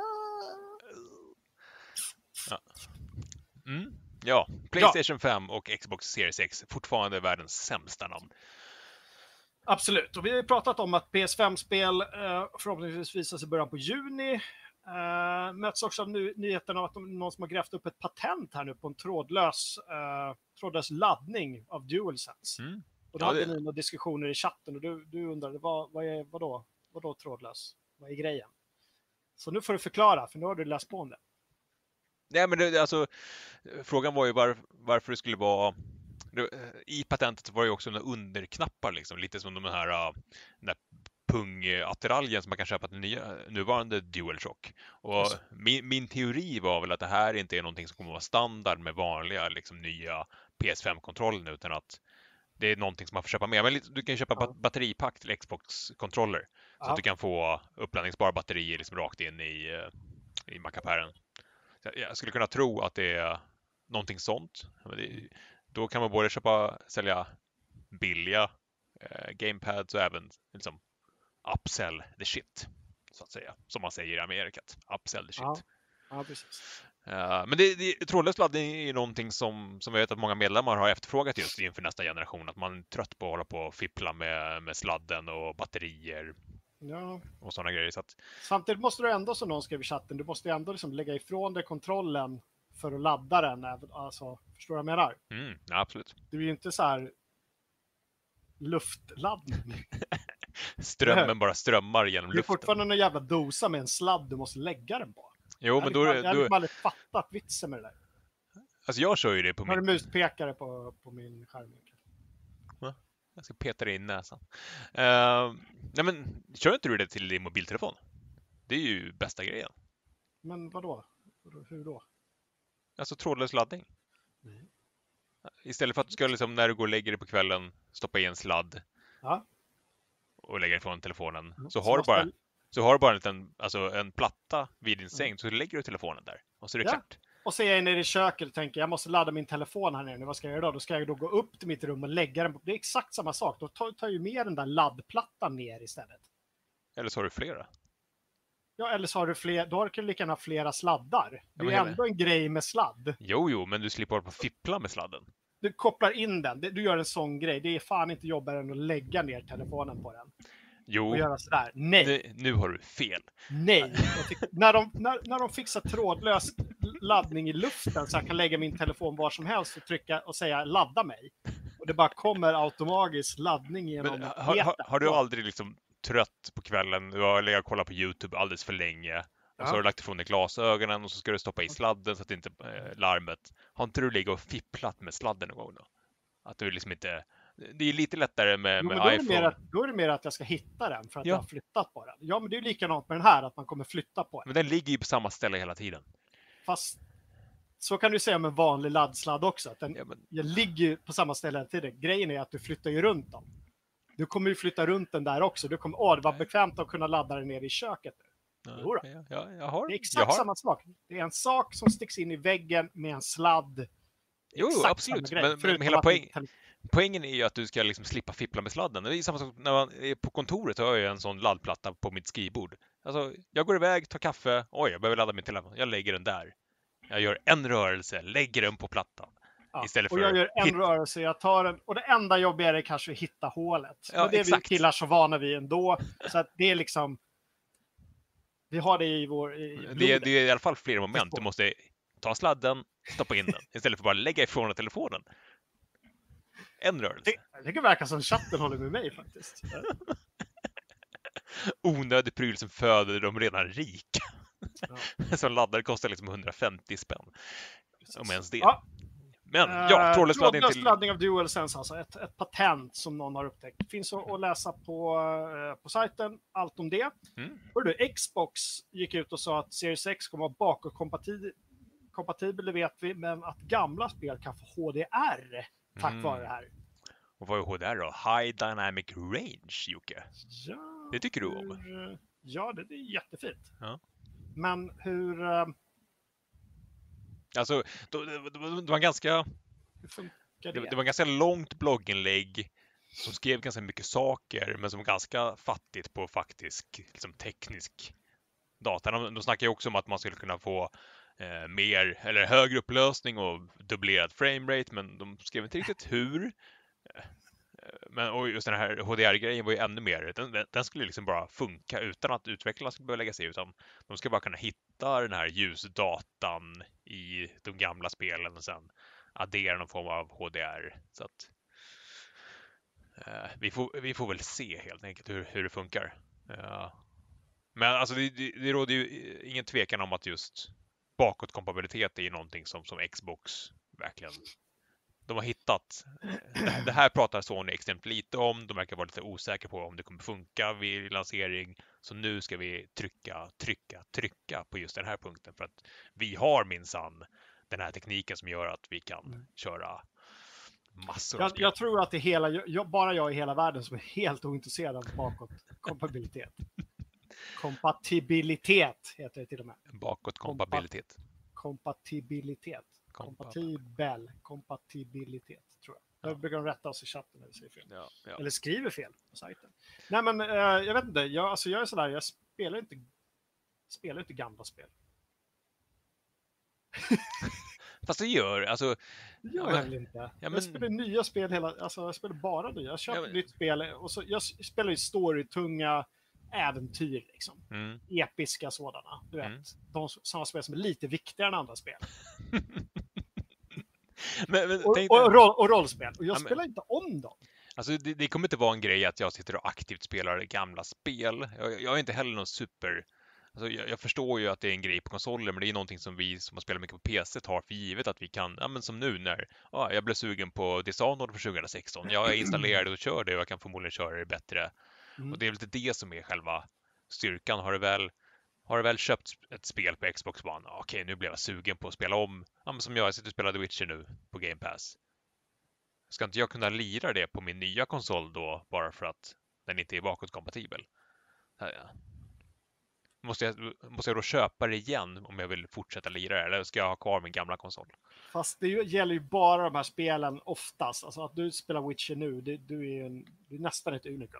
Ja, PlayStation 5 och Xbox Series X fortfarande världens sämsta namn. Absolut, och vi har ju pratat om att PS5-spel förhoppningsvis visar sig i början på juni. Möts också av nyheten av att någon som har grävt upp ett patent här nu på en trådlös laddning av DualSense. Och då hade ni några diskussioner i chatten och du undrade vadå trådlös? Vad är grejen? Så nu får du förklara, för nu har du läst på om det. Nej, men frågan var ju varför det skulle vara... I patentet var det ju också några underknappar, liksom, lite som den här pungattiraljen som man kan köpa till nuvarande DualShock. Och min teori var väl att det här inte är någonting som kommer att vara standard med vanliga liksom, nya PS5-kontroller, utan att det är någonting som man får köpa med. Men du kan köpa batteripack till Xbox-kontroller så att du kan få uppladdningsbara batterier liksom rakt in i mackapären. Jag skulle kunna tro att det är någonting sånt. Då kan man både sälja billiga gamepads och även liksom upsell the shit, så att säga. Som man säger i Amerikat. Upsell the shit. Ja, precis. Men trådlös laddning är någonting som jag vet att många medlemmar har efterfrågat just inför nästa generation. Att man är trött på att hålla på och fippla med sladden och batterier. Ja. Och sådana grejer. Så att... Samtidigt måste du ändå, som någon skrev i chatten, du måste ändå liksom lägga ifrån dig kontrollen för att ladda den. Alltså, förstår du vad jag menar? Ja, absolut. Det blir ju inte så här luftladdning. Strömmen bara strömmar genom luften. Det är fortfarande en jävla dosa med en sladd du måste lägga den på. Jo, men då... Jag hade aldrig fattat vitsen med det där. Alltså jag kör ju det på min... Har du muspekare på min skärm? Jag ska peta det i näsan. Nej, men kör inte du det till din mobiltelefon? Det är ju bästa grejen. Men vadå? Hur då? Alltså trådlös laddning. Nej. Istället för att du ska liksom, när du går och lägger dig på kvällen, stoppa i en sladd Ja. och lägga ifrån telefonen. Så Så har du måste bara, jag- så har du bara en liten, alltså en platta vid din säng, så lägger du telefonen där. Och så är det Ja. klart. Och så är jag nere i köket och tänker jag måste ladda min telefon här nere nu. Vad ska jag göra då? Då ska jag då gå upp till mitt rum och lägga den på. Det är exakt samma sak. Då tar ju med den där laddplattan ner istället. Eller så har du flera. Ja, eller så har du fler. Då kan du lika gärna ha flera sladdar. Det men är hela- ändå en grej med sladd. Jo, men du slipper hålla på och fippla med sladden. Du kopplar in den. Du gör en sån grej. Det är fan inte jobbigare än att lägga ner telefonen på den. Jo, Och göra sådär. Nej. nu har du fel. Nej. Jag tycker, när de fixar trådlös laddning i luften så jag kan lägga min telefon var som helst och trycka och säga ladda mig. Och det bara kommer automatisk laddning genom Men etern. har du aldrig liksom trött på kvällen, du har legat och kollat på YouTube alldeles för länge, och så har du lagt ifrån dig glasögonen och så ska du stoppa i sladden så att inte larmet. Har inte du legat och fipplat med sladden någon gång då? Att du liksom inte... Det är lite lättare med, Jo, men med iPhone. då är det mer att jag ska hitta den för att Ja. jag har flyttat på den. Ja, men det är ju likadant med den här, att man kommer flytta på den. Men den ligger ju på samma ställe hela tiden. Fast så kan du säga med vanlig laddsladd också. Att den, Ja, men, jag ligger ju på samma ställe hela tiden. Grejen är att du flyttar ju runt dem. Du kommer ju flytta runt den där också. Du kommer, det var bekvämt att kunna ladda den nere i köket. Jo då. Det är exakt samma sak. Det är en sak som sticks in i väggen med en sladd. Jo, Exakt absolut. samma grej, Men förutom hela att poängen är ju att du ska liksom slippa fippla med sladden. Det är samma sak när man är på kontoret, har jag en sån laddplatta på mitt skrivbord. Alltså, jag går iväg, tar kaffe, jag behöver ladda min telefon. Jag lägger den där. Jag gör en rörelse, lägger den på plattan. Ja, Istället och för jag gör en hit- rörelse, jag tar den. Och det enda jobbiga är kanske att hitta hålet. Ja, Men det är exakt. vi killar så vana vid ändå. Så att det är liksom... Vi har det i vår... I blodet. Det är i alla fall flera moment. Du måste ta sladden, stoppa in den. Istället för bara lägga ifrån telefonen. En rörelse. Jag tycker det verkar som chatten håller med mig faktiskt. Onödig pryl som föder de redan rika. Ja. Som laddare kostar liksom 150 spänn. Om ens det. Ja. Men ja, trådlös laddning Trådlös till... laddning av DualSense, alltså ett patent som någon har upptäckt. Finns att läsa på sajten, allt om det. Mm. Hör du, Xbox gick ut och sa att Series X kommer vara bakåtkompatibel, det vet vi, men att gamla spel kan få HDR tack vare det här. Och vad är HDR då? High Dynamic Range, Jocke. Ja, Det tycker du om? Ja, det är jättefint. Ja. Men hur Alltså, det var ganska... funkar det? Det var ganska långt blogginlägg som skrev ganska mycket saker, men som var ganska fattigt på faktisk liksom, teknisk data. De snackar ju också om att man skulle kunna få mer eller högre upplösning och dubblerad framerate, men de skrev inte riktigt hur. Men och just den här HDR-grejen var ju ännu mer. Den skulle liksom bara funka utan att utvecklarna skulle behöva lägga sig, utan de ska bara kunna hitta den här ljusdatan i de gamla spelen och sen addera någon form av HDR. Så att vi får väl se helt enkelt hur det funkar. Men alltså det råder ju ingen tvekan om att just bakåtkompatibilitet är ju någonting som Xbox verkligen de har hittat. Det här pratar Sony extremt lite om. De verkar vara lite osäkra på om det kommer funka vid lansering. Så nu ska vi trycka på just den här punkten. För att vi har minsann den här tekniken som gör att vi kan köra massor av spel. Jag tror att det är bara jag i hela världen som är helt ointresserad av bakåtkompatibilitet. Kompatibilitet heter det till och med. Bakåtkompatibilitet. Kompatibilitet. Kompatibilitet, tror jag. Då brukar de rätta oss i chatten när vi säger fel. Ja. Eller skriver fel på sajten. Nej, men jag vet inte. Jag är sådär, jag spelar inte gamla spel. Fast det gör, alltså... Jag väl inte. Ja, men- Jag spelar nya spel jag spelar bara nya. Jag köper Ja, men- nytt spel och så jag spelar ju storytunga äventyr liksom. Mm. Episka sådana. Du vet, Mm. sådana spel som är lite viktigare än andra spel. Men tänk- Och rollspel. Och jag Ja, men- spelar inte om dem. Alltså det kommer inte vara en grej att jag sitter och aktivt spelar gamla spel. Jag är inte heller någon super... Alltså jag förstår ju att det är en grej på konsoler, men det är någonting som vi som har spelat mycket på PC tar för givet att vi kan, ja men som nu när jag blev sugen på Dishonored för 2016. Jag installerade och kör det och jag kan förmodligen köra det bättre. Mm. Och det är lite det som är själva styrkan. Har du väl har du väl köpt ett spel på Xbox One, okej, nu blev jag sugen på att spela om. Ja, men som jag sitter och spelar The Witcher nu på Game Pass. Ska inte jag kunna lira det på min nya konsol då, bara för att den inte är bakåtkompatibel? Ja. Måste jag då köpa det igen om jag vill fortsätta lira det, eller ska jag ha kvar min gamla konsol? Fast det gäller ju bara de här spelen oftast. Alltså att du spelar Witcher nu, du är nästan ett unikum.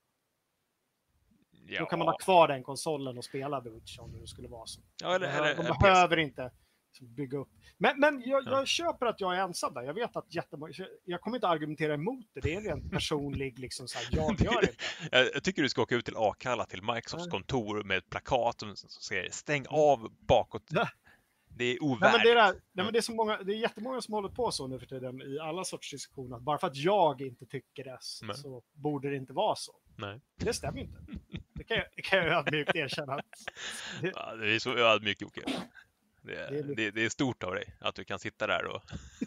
Ja. Då kan man ha kvar den konsolen och spela The Witcher om det skulle vara så. Ja, eller de behöver inte bygga upp. Men jag köper att jag är ensam där. Jag vet att jag kommer inte argumentera emot det. Det är en rent personlig, liksom så här, jag gör det. Jag tycker du ska åka ut till Akalla, till Microsofts kontor med ett plakat som säger stäng av bakåt. Det är ovärdigt. Det är jättemånga som håller på så nu för tiden i alla sorts diskussioner. Bara för att jag inte tycker det så borde det inte vara så. Nej. Det stämmer inte. Det kan jag ödmjukt erkänna. Ja, det är så ödmjukt, Jocke. Det är stort av dig att du kan sitta där och...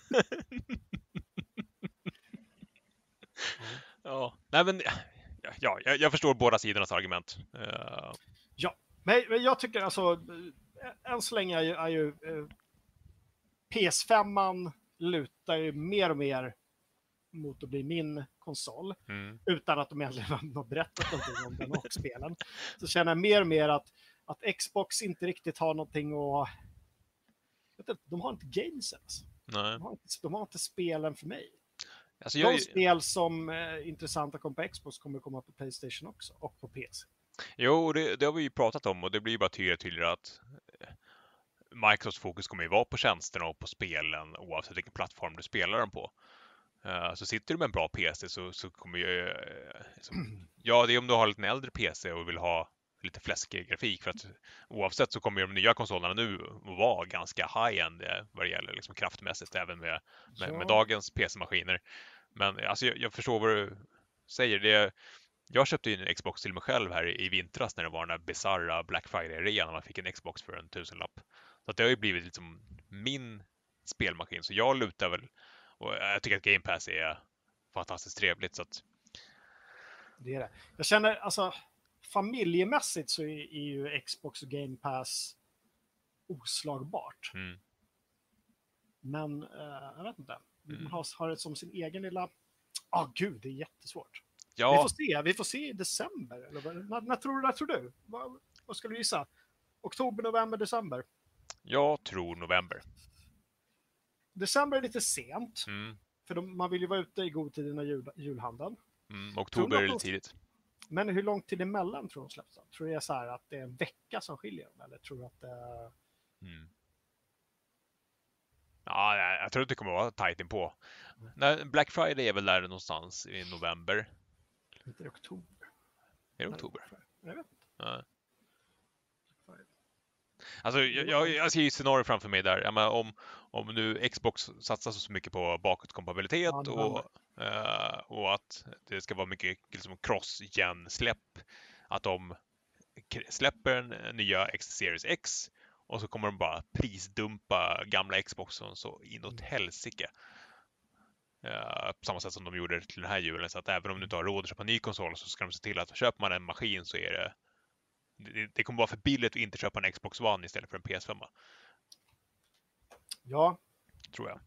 Ja, nej men... Ja, jag förstår båda sidornas argument. Ja, men jag tycker alltså... Än så länge är ju PS5 lutar ju mer och mer mot att bli min konsol. Utan att de egentligen har berättat någonting om den och spelen. Så känner jag mer och mer att Xbox inte riktigt har någonting att... De har inte games ens. Nej. De har inte spelen för mig. Alltså De spel som är intressanta kommer på Xbox kommer komma på PlayStation också och på PC. Jo, det har vi ju pratat om och det blir bara tydligare att Microsofts fokus kommer ju vara på tjänsterna och på spelen oavsett vilken plattform du spelar dem på. Så sitter du med en bra PC så kommer ju... Ja, det är om du har en äldre PC och vill ha lite fläskig grafik, för att oavsett så kommer ju de nya konsolerna nu att vara ganska high-end vad det gäller liksom kraftmässigt även med dagens PC-maskiner. Men alltså, jag förstår vad du säger. Jag köpte ju en Xbox till mig själv här i vintras när det var den där bizarra Black Friday-rean när man fick en Xbox för en 1000-lapp. Så att det har ju blivit liksom min spelmaskin. Så jag lutar väl, och jag tycker att Game Pass är fantastiskt trevligt. Så att... Det är det. Jag känner, alltså familjemässigt så är ju Xbox och Game Pass oslagbart. Men jag vet inte. Man har det som sin egen lilla... Gud, det är jättesvårt. Ja. Vi får se i december. Eller när tror du? Vad skulle du gissa? Oktober, november, december? Jag tror november. December är lite sent. För man vill ju vara ute i god tid innan julhandeln. Oktober är lite tidigt. Men hur lång tid emellan tror du de släpps? Tror du det är så här att det är en vecka som skiljer dem? Eller tror du att det... Ja, jag tror att det kommer att vara tajt inpå. Black Friday är väl där någonstans i november. Inte i oktober. Är det oktober? Jag vet inte. Ja. Alltså, jag ser ju scenario framför mig där. Jag menar, om nu Xbox satsar så mycket på bakåtkompatibilitet och att det ska vara mycket liksom cross-gen-släpp. Att de släpper en nya Series X och så kommer de bara prisdumpa gamla Xboxen så inåt helsike. På samma sätt som de gjorde till den här julen. Så att även om du inte har råd att köpa en ny konsol så ska de se till att köper man en maskin så är det kommer vara för billigt att inte köpa en Xbox One istället för en PS5. Ja. Tror jag.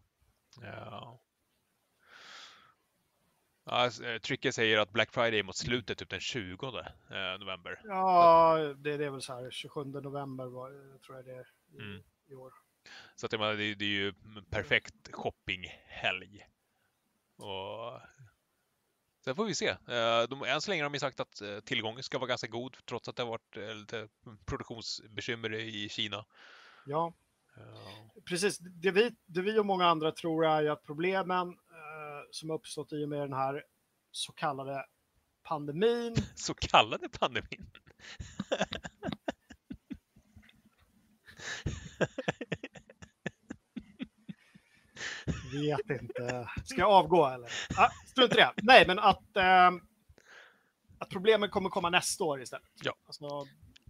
Tricket säger att Black Friday är mot slutet, typ den 20 november. Ja, det är väl så här. 27 november tror jag det är i år. Så att det är ju perfekt shoppinghelg. Och sen får vi se. Än så länge har de sagt att tillgången ska vara ganska god trots att det har varit lite produktionsbekymmer i Kina. Ja, precis. Det vi och många andra tror är att problemen som uppstått i och med den här så kallade pandemin. Så kallade pandemin? Vet inte. Ska jag avgå eller? Strunt i det. Nej, men att problemen kommer komma nästa år istället. Ja. Alltså,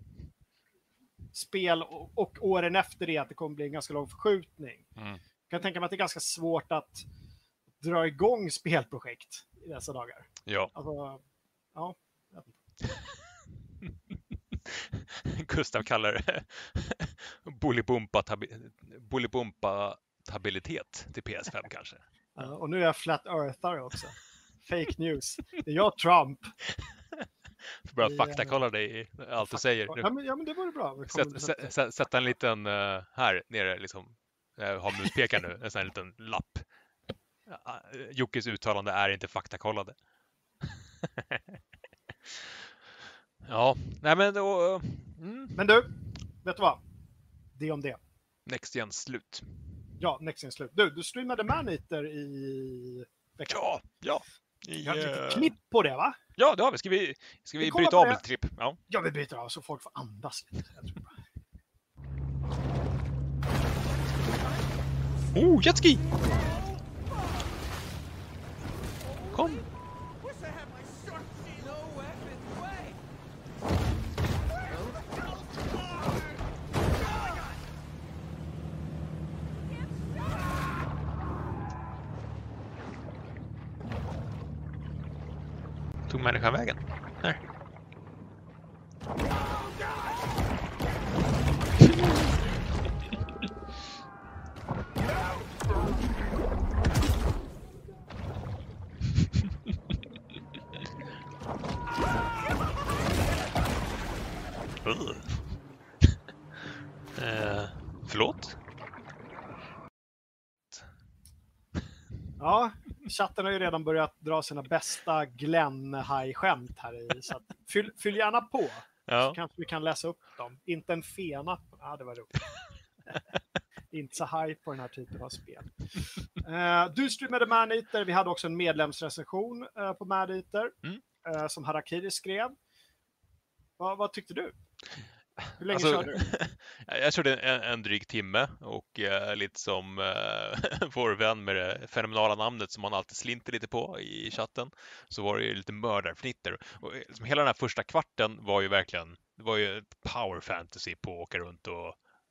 spel och åren efter det att det kommer bli en ganska lång förskjutning. Jag kan tänka mig att det är ganska svårt att dra igång spelprojekt i dessa dagar. Ja. Alltså, ja. Gustav kallar det Bolibompa-tabilitet till PS5 kanske. Och nu är jag flat earthare också. Fake news. Det är jag Trump. Bara faktakolla dig i allt du säger. Ja, men det vore bra. Sätta en liten här nere, liksom. Har muspekaren nu, en sån här liten lapp. Jockes uttalande är inte faktakollade. Ja, nej men då... Men du, vet du vad? Det om det. Next Gen slut. Ja, Next Gen slut. Du streamade Maneater i veckan. Ja. Vi har lite klipp på det, va? Ja, det har vi. Ska vi bryta av lite tripp? Ja, vi bryter av så folk får andas lite. Jetski! Kom! Tog människan vägen? Här. Förlåt? Ja, chatten har ju redan börjat dra sina bästa Glenn-haj-skämt här i. Så att fyll gärna på. Ja. Så kanske vi kan läsa upp dem. Inte en fena. Ja, det var roligt. Inte så haj på den här typen av spel. Du streamade Maneater. Vi hade också en medlemsrecension på Maneater. Som Harakiri skrev. Vad tyckte du? Hur länge körde du? Jag körde en dryg timme och lite som vår vän med det fenomenala namnet som man alltid slinter lite på i chatten, så var det ju lite mördarfnitter. Och liksom hela den här första kvarten var ju verkligen, det var ju ett power fantasy på att åka runt och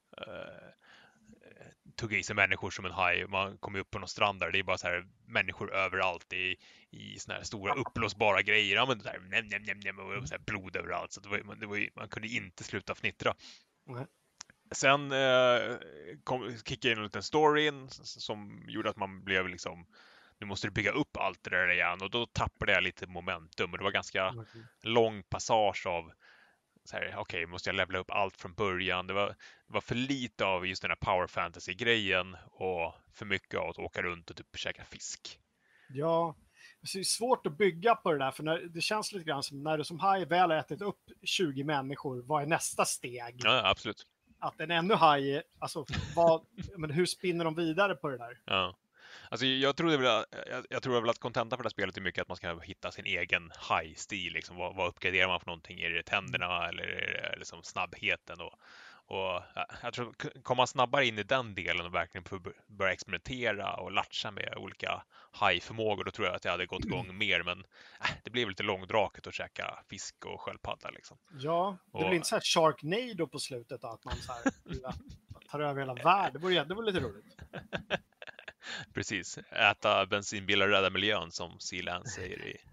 tugga i sig människor som en haj. Man kommer upp på någon strand där, det är bara så här människor överallt i såna här stora uppblåsbara grejer. Ja, men så här, näm, och så här blod överallt. Så man kunde inte sluta fnittra. Sen kickade in en liten story som gjorde att man blev liksom, nu måste du bygga upp allt det där igen, och då tappade jag lite momentum, och det var ganska lång passage av så här, okej, måste jag levela upp allt från början. Det var för lite av just den här power fantasy-grejen och för mycket av att åka runt och typ käka fisk. Ja, det är svårt att bygga på det där, för det känns lite grann som när du som haj väl har ätit upp 20 människor, vad är nästa steg? Ja, absolut. Att en ännu haj, alltså men hur spinner de vidare på det där? Ja. Alltså jag tror väl att kontenta för det här spelet är mycket att man ska hitta sin egen high-stil. Liksom. Vad uppgraderar man för någonting? Är det tänderna eller är det liksom snabbheten? Och jag tror kommer man snabbare in i den delen och verkligen börja experimentera och latcha med olika high-förmågor, då tror jag att jag hade gått igång mer. Men det blev lite långdraket att käka fisk och sköldpadda. Liksom. Ja, det blir inte så här Sharknado på slutet då, att man så här tar över hela världen. Det var lite roligt. Precis, äta bensinbilar och rädda miljön som Sealand säger i...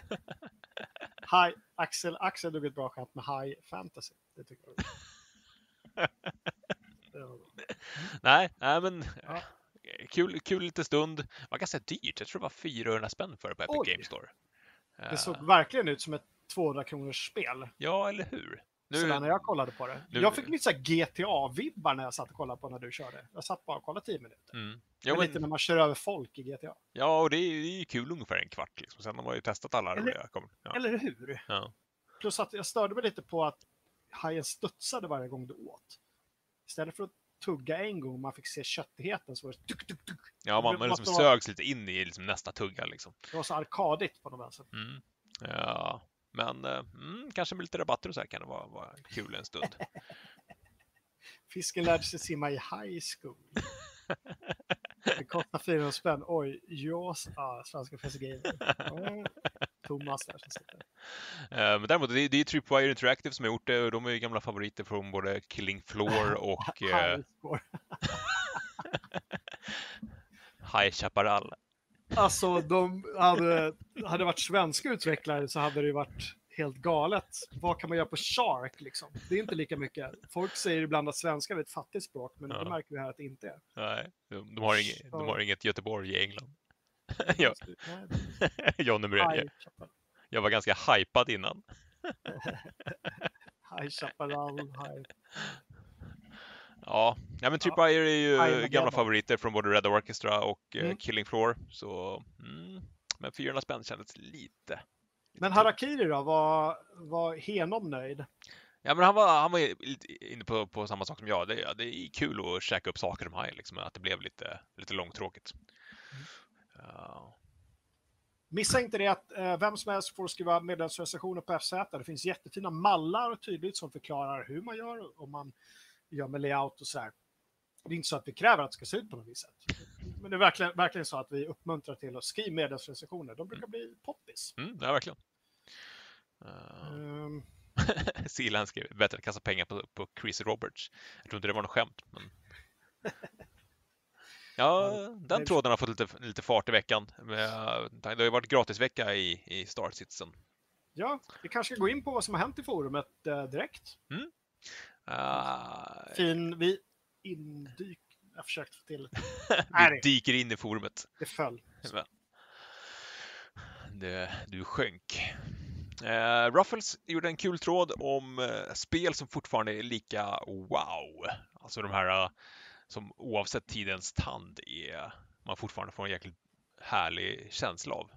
Axel drog ett bra skämt med high fantasy. Det tycker jag. Nej, men ja. Kul lite stund. Var ganska dyrt, jag tror det var 400 spänn för det på Epic Games Store. Det såg verkligen ut som ett 200 kronors spel. Ja, eller hur? Sådär när jag kollade på det. Jag fick lite så här GTA-vibbar när jag satt och kollade på när du körde. Jag satt bara och kollade 10 minuter. Ja, men lite när man kör över folk i GTA. Ja, och det är ju kul ungefär en kvart. Liksom. Sen har man ju testat alla. Eller hur? Ja. Plus att jag störde mig lite på att hajen studsade varje gång du åt. Istället för att tugga en gång och man fick se köttigheten så var det tuk. Ja, man liksom sögs lite in i liksom nästa tugga. Liksom. Det var så arkadigt på något sätt. Ja, men kanske med lite rabatter och så här kan det vara kul en stund. Fisken lärde sig simma i high school. Det kostar 400 spänn. Oj, svenska PSG. Thomas där som sitter. Men däremot, det är Tripwire Interactive som har gjort det, och de är ju gamla favoriter från både Killing Floor och High Chaparral. Alltså, de hade varit svenska utvecklare så hade det varit helt galet. Vad kan man göra på Shark liksom? Det är inte lika mycket. Folk säger ibland att svenska är ett fattigt språk, men det märker vi här att det inte är. Nej, de har inget Göteborg i England. Ja. Jag nummer en. High Chaparral. Jag var ganska hypad innan. High Chaparral, High. Ja, men Tripwire är ju High gamla Magenta. favoriter från både Red Orchestra och Killing Floor. Så, men 400 spänn kändes lite. Men Harakiri då? Var Henom nöjd? Ja, men han var lite inne på samma sak som jag. Det är kul att käka upp saker de här, liksom, att det blev lite långtråkigt. Missa inte det att vem som helst får skriva medlemsrecensioner på FZ. Det finns jättefina mallar och tydligt som förklarar hur man gör, om man gör med layout och sådär. Det är inte så att vi kräver att det ska se ut på något vis sätt. Men det är verkligen så att vi uppmuntrar till att skriva medlemsrecensioner. De brukar bli poppis. Ja, verkligen. Sealand skrev bättre att kasta pengar på Chris Roberts. Jag tror inte det var något skämt. Men... Ja, den tråden har fått lite fart i veckan. Det har ju varit gratisvecka i Star Citizen. Ja, vi kanske ska gå in på vad som har hänt i forumet direkt. Jag försökte få till Vi dyker in i forumet. Det föll. Du sjönk. Ruffles gjorde en kul tråd om spel som fortfarande är lika wow. Alltså de här som oavsett tidens tand man fortfarande får en jäkligt härlig känsla av.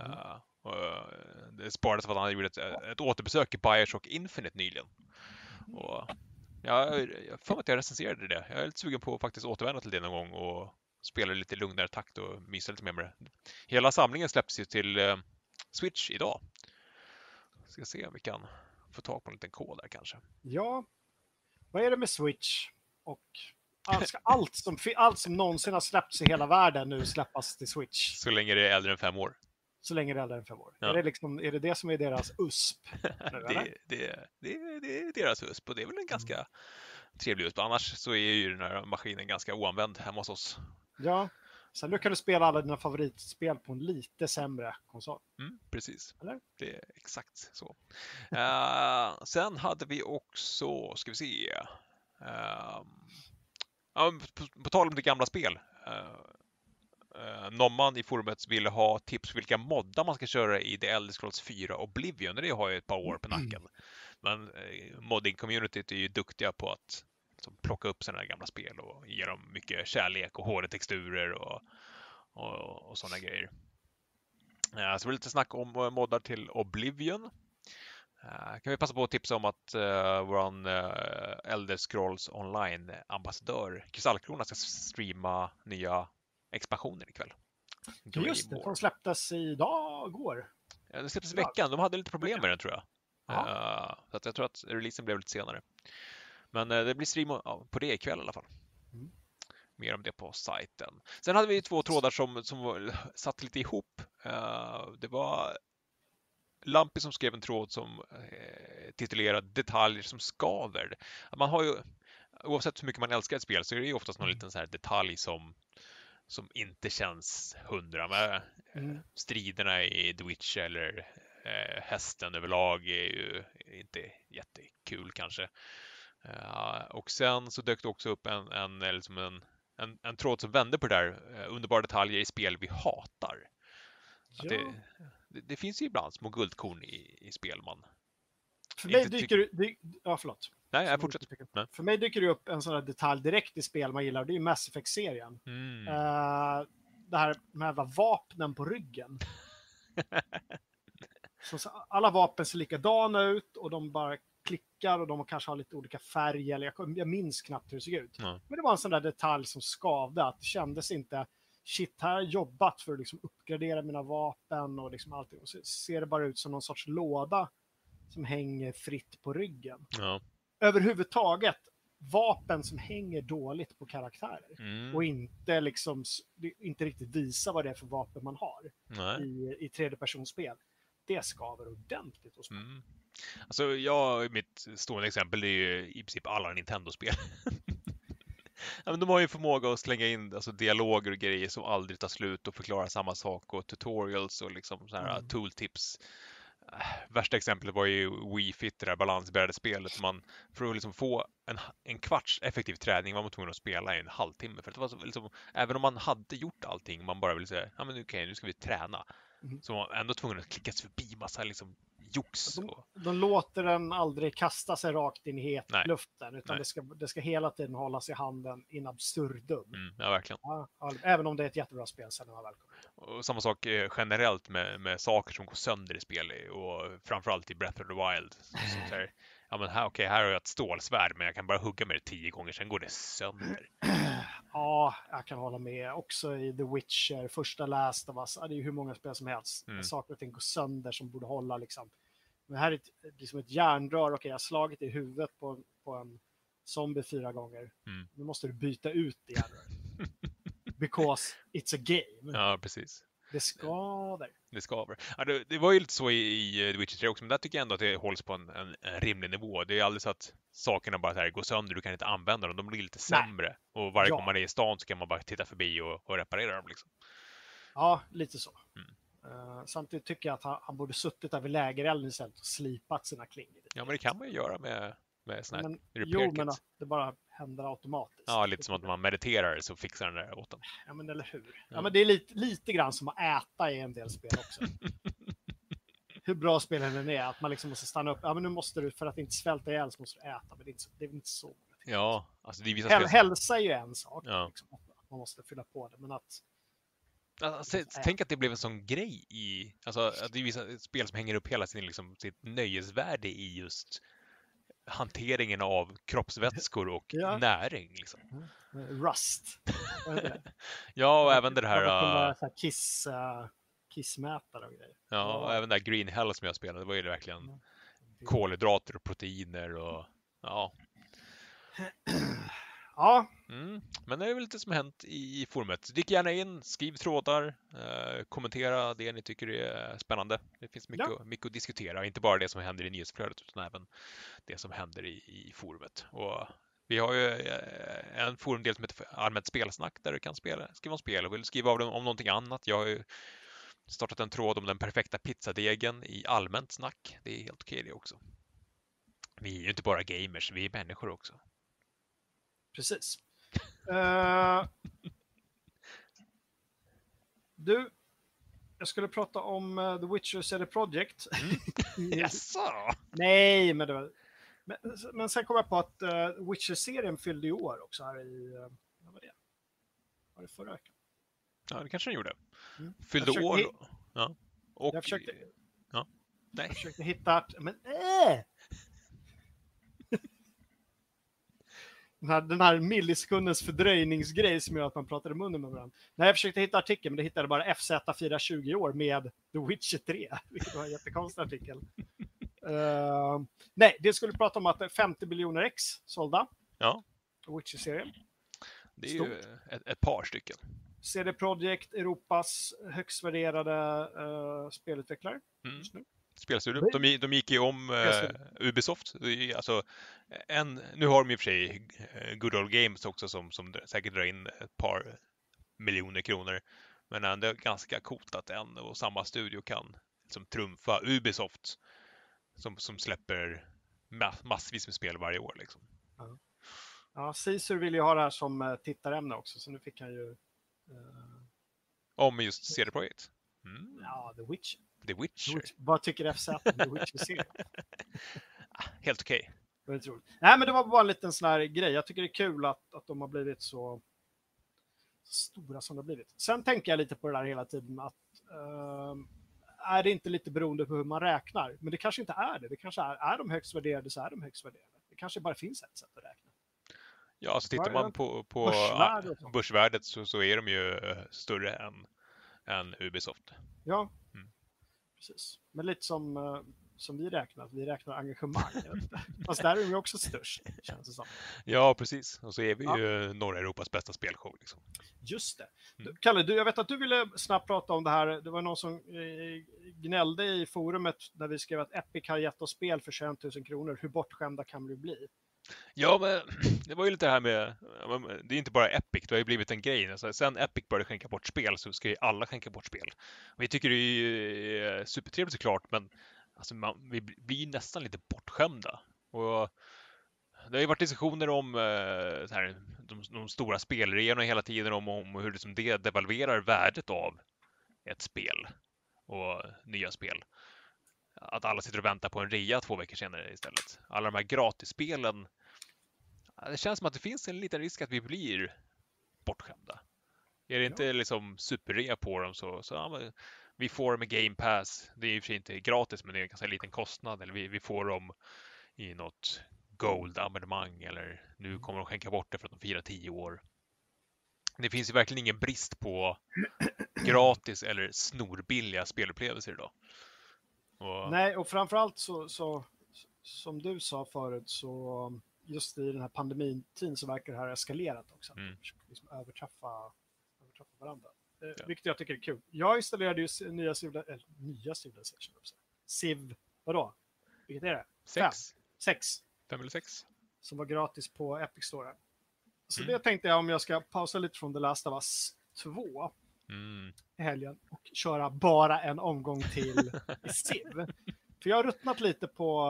Det sparades för att han gjorde ett återbesök i Bioshock Infinite nyligen. Och jag får att jag recenserade det. Jag är lite sugen på att faktiskt återvända till det någon gång och spela lite lugnare takt och mysa lite mer med det. Hela samlingen släpps ju till Switch idag. Ska se om vi kan få tag på en liten kod där kanske. Ja, vad är det med Switch? Och allt som någonsin har släppts i hela världen nu släppas till Switch. Så länge det är äldre än 5 år. Så länge det är äldre än 5 år. Ja. Är det som är deras USP? Det är deras USP och det är väl en ganska trevlig USP. Annars så är ju den här maskinen ganska oanvänd hemma hos oss. Ja, så nu kan du spela alla dina favoritspel på en lite sämre konsol. Precis. Eller? Det är exakt så. Sen hade vi också, ska vi se. På tal om det gamla spel. Nomman i forumet ville ha tips på vilka moddar man ska köra i The Elder Scrolls 4 Oblivion. Det har ju ett par år på nacken. Men modding-communityt är ju duktiga på att plocka upp sådana här gamla spel och ge dem mycket kärlek och hårda texturer och sådana grejer. Så det är lite snack om moddar till Oblivion. Kan vi passa på att tipsa om att våran Elder Scrolls Online-ambassadör Kristallkrona ska streama nya expansioner ikväll. Just det, de släpptes igår. Ja, det släpptes i veckan. De hade lite problem med den tror jag. Så att jag tror att releasen blev lite senare. Men det blir stream på det ikväll i alla fall. Mer om det på sajten. Sen hade vi 2 trådar som satt lite ihop. Det var Lampi som skrev en tråd som titulerad detaljer som skaver. Man har ju, oavsett hur mycket man älskar ett spel så är det ju oftast någon liten så här detalj som inte känns 100 med. Striderna i The Witch eller hästen överlag är ju inte jättekul kanske. Och sen så dök det också upp en tråd som vände på det där. Underbara detaljer i spel vi hatar. Ja. Det finns ju ibland små guldkorn i spel man. För mig dyker förlåt. Nej, jag fortsätter. Nej. För mig dyker det upp en sån här detalj direkt i spel man gillar. Det är ju Mass Effect-serien. Det här med vapnen på ryggen. Så alla vapen ser likadana ut och de bara klickar och de kanske har lite olika färger. Eller jag minns knappt hur det såg ut. Men det var en sån där detalj som skavde. Att det kändes inte shit, här har jag jobbat för att liksom uppgradera mina vapen och liksom allting. Och så ser det bara ut som någon sorts låda som hänger fritt på ryggen. Ja. Överhuvudtaget vapen som hänger dåligt på karaktärer och inte riktigt visa vad det är för vapen man har i tredjepersonsspel. Det skaver ordentligt hos mig. Alltså mitt stående exempel är ju i princip alla Nintendo-spel. Ja, men de har ju förmåga att slänga in dialoger och grejer som aldrig tar slut och förklara samma sak och tutorials och liksom så här tooltips. Värsta exemplet var ju Wii Fit, det där balansbärade spelet. För att liksom få en kvarts effektiv träning var man tvungen att spela i en halvtimme. För det var så, liksom, även om man hade gjort allting, man bara ville säga, ja men okej, nu ska vi träna. Så var man ändå tvungen att klicka sig förbi massa liksom jox. De låter den aldrig kasta sig rakt in i Nej. luften, utan Nej. det ska hela tiden hållas i handen in absurdum. Ja, verkligen. Ja, även om det är ett jättebra spel sen när man väl kommer. Och samma sak generellt med saker som går sönder i spel och framförallt i Breath of the Wild. Så här, ja men här har jag ett stålsvärd men jag kan bara hugga med det 10 gånger, sen går det sönder. Ja, jag kan hålla med. Också i The Witcher, första Last of Us, det är ju hur många spel som helst. Saker och ting går sönder som borde hålla liksom. Men här är liksom ett järnrör, okej, jag har slagit i huvudet på en zombie 4 gånger. Nu måste du byta ut det järnrör. Because it's a game. Ja, precis. Det skaver. Det skaver. Ja, det var ju lite så i The Witcher 3 också, men där tycker jag ändå att det hålls på en rimlig nivå. Det är aldrig så att sakerna bara så här går sönder, du kan inte använda dem, de blir lite sämre. Och varje gång man är i stan så kan man bara titta förbi och reparera dem. Liksom. Ja, lite så. Samtidigt tycker jag att han borde suttit där vid lägerelden istället och slipat sina klingor. Ja, men det kan man ju göra med såna här repair Jo, kits. men att det bara händer automatiskt. Ja, lite som att man mediterar så fixar den där åt en. Ja, men eller hur? Ja, men det är lite grann som att äta i en del spel också. Hur bra spelen den är, att man liksom måste stanna upp. Ja, men nu måste du, för att inte svälta ihjäl så måste du äta. Men det är inte så. Ja, alltså det är vissa spel. Hälsa är ju en sak. Ja. Liksom, att man måste fylla på det, men att... Alltså, tänk att det blev en sån grej i... Alltså, att det är vissa spel som hänger upp hela sitt nöjesvärde i just hanteringen av kroppsvätskor och näring. Liksom. Rust. Ja, och även det här... Kissmätare och grejer. Ja, och även det här Green Hell som jag spelade, det var ju verkligen kolhydrater och proteiner och... Ja. Ja. Men det är väl lite som hänt i forumet. Dyk gärna in, skriv trådar, kommentera det ni tycker är spännande. Det finns mycket att diskutera, inte bara det som händer i nyhetsflödet utan även det som händer i forumet. Och vi har ju en forumdel som heter Allmänt spelsnack där du kan skriva om spel och vill skriva om någonting annat. Jag har ju startat en tråd om den perfekta pizzadegen i allmänt snack. Det är helt okej det också. Vi är ju inte bara gamers, vi är människor också. Precis. Du, jag skulle prata om The Witcher CD Projekt. Jaså? Nej, men sen kom jag på att Witcher-serien fyllde i år också här i... Vad var det? Var det förra veckan? Ja, det kanske den gjorde. Fyllde år. Ja. Och... Jag försökte... Ja. Nej. Jag försökte hitta... Men... Den här millisekundens fördröjningsgrej som gör att man pratar i munnen med varandra. Nej, jag försökte hitta artikeln, men det hittade bara FZ firar 20 år med The Witcher 3. Vilket var en jättekonstig artikel. Nej, det skulle prata om att 50 biljoner ex sålda. Ja. Witcher-serien. Det är ju ett par stycken. CD Projekt, Europas högst värderade spelutvecklare just nu. Spelstudion. De gick ju om Ubisoft. Alltså, nu har de i och för sig Good Old Games också som säkert drar in ett par miljoner kronor. Men ändå är ganska coolt att en och samma studio kan liksom trumfa Ubisoft som släpper massvis med spel varje år. Liksom. Ja, Caesar vill ju ha det här som tittarämne också, så nu fick han ju... Om just CD Projekt? Ja, The Witcher. The Witcher. Vad tycker FZ om The Witcher-serien? Helt okej. Nej, men det var bara en liten sån här grej. Jag tycker det är kul att de har blivit så stora som de har blivit. Sen tänker jag lite på det där hela tiden att är det inte lite beroende på hur man räknar? Men det kanske inte är det. Det kanske är de högst värderade så är de högst värderade. Det kanske bara finns ett sätt att räkna. Ja, så tittar man på börsvärdet så är de ju större än Ubisoft. Ja, precis. Men lite som vi räknar engagemang. Fast där är de också störst, känns det som. Ja, precis. Och så är vi ju norra Europas bästa spelshow. Liksom. Just det. Kalle, jag vet att du ville snabbt prata om det här. Det var någon som gnällde i forumet när vi skrev att Epic har gett oss spel för 21 000 kronor. Hur bortskämda kan vi bli? Ja, men det var ju lite det här med... Det är inte bara Epic, det har ju blivit en grej. Alltså, sen Epic började skänka bort spel så ska ju alla skänka bort spel. Och vi tycker det är supertrevligt såklart, men alltså vi blir nästan lite bortskämda. Och det har ju varit diskussioner om så här, de stora spelreglerna hela tiden om hur liksom det devalverar värdet av ett spel och nya spel. Att alla sitter och väntar på en rea 2 veckor senare istället. Alla de här gratisspelen. Det känns som att det finns en liten risk att vi blir bortskämda. Är det inte liksom superrea på dem så ja, men vi får dem med Game Pass. Det är i och för sig inte gratis, men det är en ganska liten kostnad. Eller vi får dem i något Gold-abonnemang, eller nu kommer de skänka bort det för att de firar 10 år. Det finns ju verkligen ingen brist på gratis eller snorbilliga spelupplevelser idag. Nej, och framförallt så som du sa förut, så just i den här pandemitiden så verkar det här eskalerat också. Liksom överträffa varandra. Vilket jag tycker är kul. Jag installerade ju nya Civilization. Civ, vadå? Vilket är det? 6. 5 eller 6. Som var gratis på Epic Store. Så det tänkte jag om jag ska pausa lite från The Last of Us 2 i helgen och köra bara en omgång till i Civ. För jag har ruttnat lite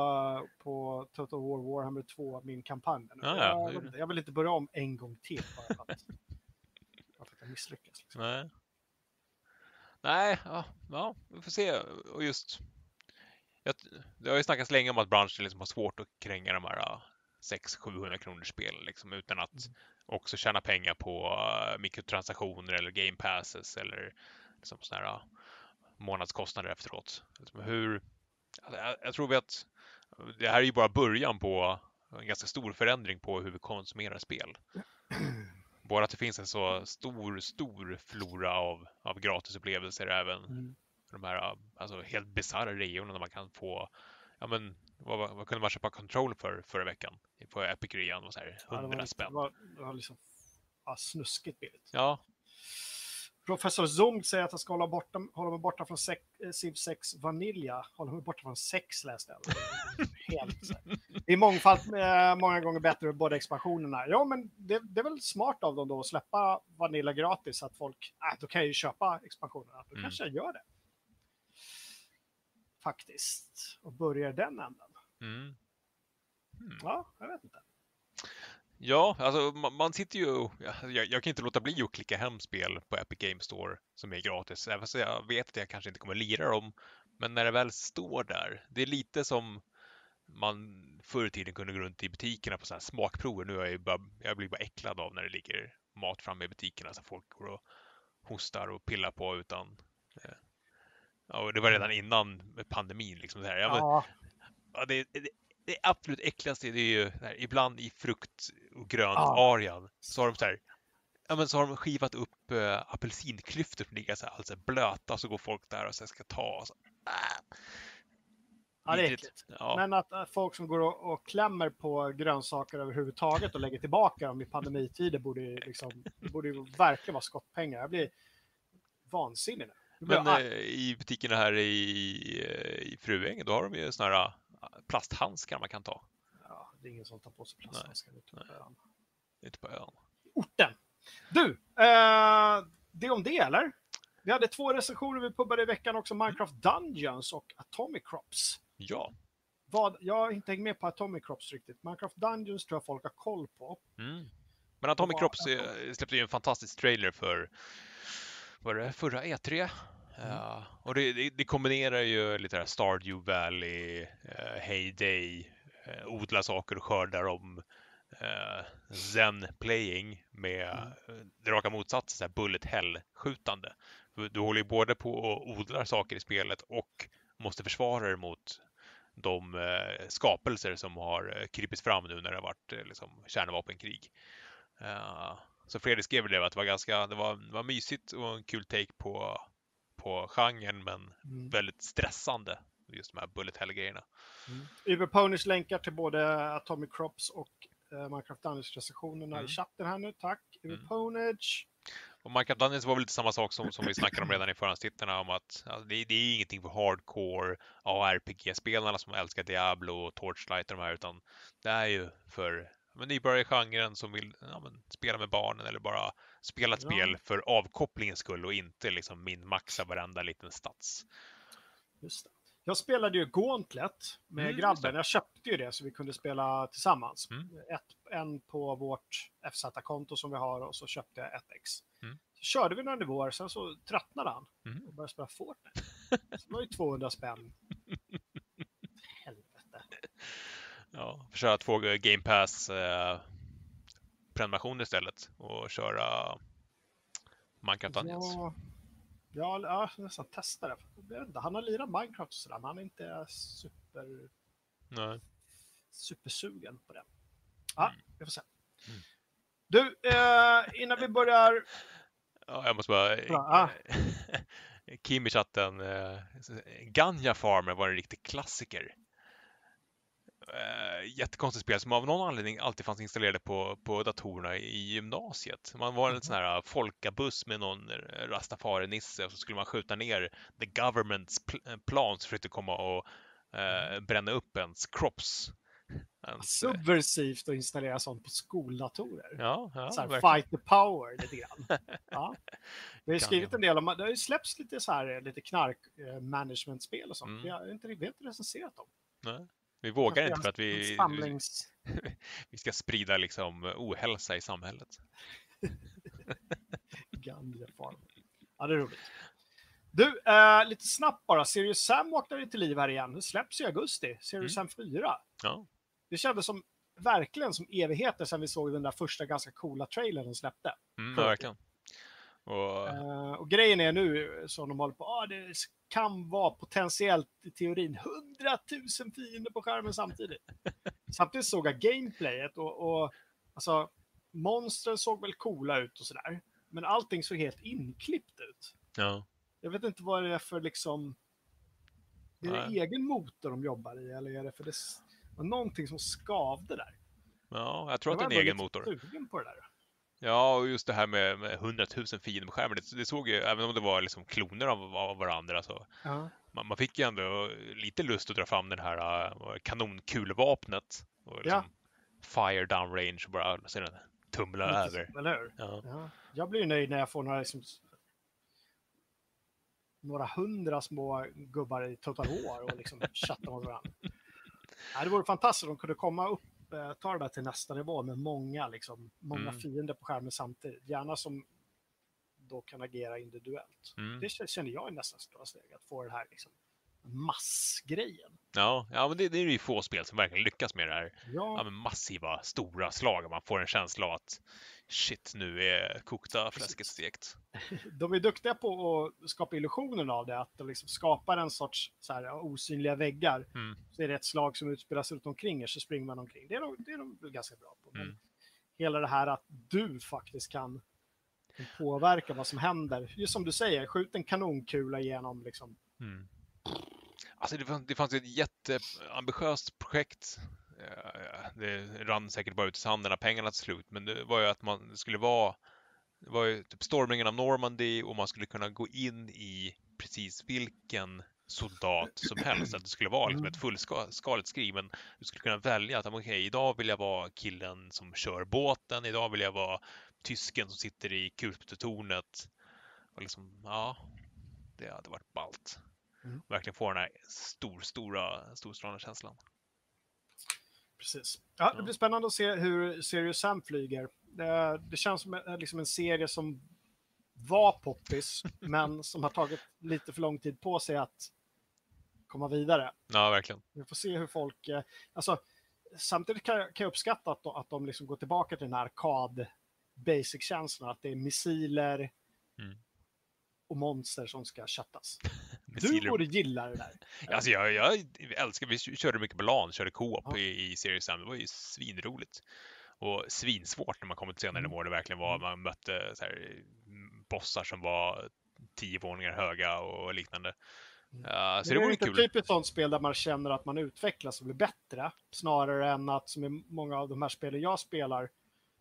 på Total War Warhammer 2, min kampanj. Jag vill inte börja om en gång till bara för att jag misslyckas. Liksom. Nej, ja, vi får se. Och just det har ju snackats länge om att branschen liksom har svårt att kränga de här 600-700 kronors spelen liksom, utan att också tjäna pengar på mikrotransaktioner eller game passes eller liksom såna här månadskostnader efteråt. Liksom jag tror att det här är ju bara början på en ganska stor förändring på hur vi konsumerar spel. Bara att det finns en så stor flora av gratisupplevelser, även de här alltså helt bisarra reorna där man kan få, ja men vad kunde man köpa Control för förra veckan på Epic-rean? Och så här 100 spänn. Det var liksom snuskigt billigt. Ja. Professor Zoom säger att han ska hålla mig borta från Civ 6 Vanilla. Hålla mig borta från 6 läste jag. Helt så här. Det är mångfalt många gånger bättre med båda expansionerna. Ja, men det är väl smart av dem då att släppa Vanilla gratis, så att folk, då kan jag ju köpa expansionerna. Då kanske jag gör det. Faktiskt. Och börjar den änden. Ja, jag vet inte. Ja, alltså man sitter ju... Jag kan inte låta bli att klicka hem spel på Epic Games Store som är gratis. Även så jag vet att jag kanske inte kommer lira dem. Men när det väl står där, det är lite som man förr i tiden kunde gå runt i butikerna på så här smakprover. Nu är jag blir bara äcklad av när det ligger mat framme i butikerna så folk går och hostar och pillar på utan... Ja, det var redan innan pandemin liksom. Så här. Ja, men, det absolut äckligaste det är ju här, ibland i frukt- och grönt-arean så har de så här, ja men så har de skivat upp apelsinklyftor som ligger så här, alltså blöta, så går folk där och så ska ta och så. Ja, det är äckligt. Ja. Men att folk som går och klämmer på grönsaker överhuvudtaget och lägger tillbaka dem i pandemitider borde ju verkligen vara skottpengar. Jag blir vansinnig nu. Men i butikerna här i Fruängen, då har de ju såna här plasthandskar man kan ta. Ja, det är ingen som tar på sig plasthandskar ute på ön. Inte på ön. Orten. Du, det om det eller? Vi hade 2 recensioner vi pubbade i veckan också, Minecraft Dungeons och Atomic Crops. Ja. Jag har inte hängt med på Atomic Crops riktigt. Minecraft Dungeons tror jag folk har koll på. Men Atomic Crops släppte ju en fantastisk trailer för förra E3. Och det kombinerar ju lite där Stardew Valley, Heyday, odla saker och skörda dem, Zen playing med det raka motsatsen, så här bullet hell-skjutande. Du håller ju både på och odlar saker i spelet och måste försvara dig mot de skapelser som har krypit fram nu när det har varit liksom kärnvapenkrig. Så Fredrik skrev det att det var mysigt och en kul take på genren, men väldigt stressande, just de här bullet hell-grejerna. Uberponish länkar till både Atomic Crops och Minecraft Dungeons-recensionerna i chatten här nu. Tack, Uberponish. Och Minecraft Dungeons var väl lite samma sak som vi snackade om redan i förhandstittarna, om att alltså, det är ingenting för hardcore ARPG-spelarna som älskar Diablo och Torchlight och de här, utan det är ju för nybörjare i genren som vill spela med barnen eller bara spela ett spel för avkopplingens skull och inte liksom maxa varenda liten stats. Just det. Jag spelade ju Gauntlet med just grabben. det. Jag köpte ju det så vi kunde spela tillsammans. Mm. En på vårt FZ-konto som vi har och så köpte jag ett ex. Mm. Så körde vi några nivåer, sen så tröttnade han Mm. och började spela Fortnite. Så det var ju 200 spänn. Helvete. Ja, försöka 2 Game Pass prenumerationer istället och köra Minecraft Dungeons. Ja, nästan testa det. Jag vet inte, han har lirat Minecraft och sådär, men han är inte Nej. supersugen på det. Ja, vi får se. Mm. Du, innan vi börjar... Ja, jag måste bara... Bra, Kim i chatten, Ganja Farmer var en riktig klassiker. Jättekonstigt spel som av någon anledning alltid fanns installerade på datorerna i gymnasiet. Man var en sån här folkabuss med någon rastafari-nisse och så skulle man skjuta ner the government's plan som försökte komma och bränna upp ens crops. Subversivt att installera sånt på skoldatorer. Ja, Så här, verkligen. fight the power lite grann. Ja. Det har ju skrivit en del om, det har ju släppts lite så här, lite knark-management-spel och sånt. Mm. Vi har inte recenserat dem. Nej. Vi vågar inte för att vi ska sprida liksom ohälsa i samhället. Ja, det är roligt. Du, lite snabbt bara. Serious Sam vaknade till liv här igen. Det släpps i augusti. Serious Sam 4. Ja. Det kändes som verkligen som evigheter sedan vi såg den där första ganska coola trailern de släppte. Ja, verkligen. Och grejen är nu, som de håller på, det kan vara potentiellt i teorin 100 000 fiender på skärmen samtidigt. Samtidigt såg jag gameplayet och alltså, monstren såg väl coola ut och sådär. Men allting såg helt inklippt ut. Ja. Jag vet inte vad det är för liksom... Är det egen motor de jobbar i eller är det för det var någonting som skavde där? Ja, jag tror att det är en egen motor. Jag var sugen på det där. Ja, och just det här med 100 000 fiender på skärmen, det såg ju, även om det var liksom kloner av varandra, så man fick ju ändå lite lust att dra fram den här kanonkulvapnet och liksom fire down range och bara sedan tumla över. Eller hur? Ja. Jag blir ju nöjd när jag får några liksom, några 100 små gubbar i Total War och liksom chatta mot varandra. Ja, det vore fantastiskt om de kunde komma upp, ta det där till nästa nivå med många fiender på skärmen samtidigt. Gärna som då kan agera individuellt. Det känner jag är nästan stora steg, att få det här liksom massgrejen. Ja, men det är ju få spel som verkligen lyckas med det här med massiva, stora slag. Man får en känsla av att shit, nu är kokta fläsket stekt. De är duktiga på att skapa illusionen av det, att de liksom skapar en sorts så här, osynliga väggar. Så är det ett slag som utspelas runt omkring er, så springer man omkring. Det är de ganska bra på. Men hela det här att du faktiskt kan påverka vad som händer. Just som du säger, skjut en kanonkula igenom liksom. Alltså det fanns ett jätteambitiöst projekt. Det rann säkert bara ut i sanden när pengarna till slut, men det var ju att man skulle det var ju typ stormningen av Normandy och man skulle kunna gå in i precis vilken soldat som helst. Att det skulle vara liksom ett fullskaligt skrig, men du skulle kunna välja att okej, idag vill jag vara killen som kör båten, idag vill jag vara tysken som sitter i kulsprutetornet. Och liksom, det hade varit ballt. Verkligen få den här storslagna känslan. Precis. Ja, det blir spännande att se hur Serious Sam flyger. Det känns som liksom en serie som var poppis, men som har tagit lite för lång tid på sig att komma vidare. Ja, verkligen. Vi får se hur folk... Alltså, samtidigt kan jag uppskatta att de liksom går tillbaka till den här arkad-basic-känslan. Att det är missiler och monster som ska chattas. Du borde gilla det där. Alltså jag älskar, vi körde mycket på LAN, körde co-op i Serious Sam. Det var ju svinroligt. Och svinsvårt när man kom till senare nivåer. Det verkligen var, man mötte så här, bossar som var 10 våningar höga och liknande. Så det var ju kul. Det är typ ett sånt spel där man känner att man utvecklas och blir bättre. Snarare än att, som i många av de här spelen jag spelar,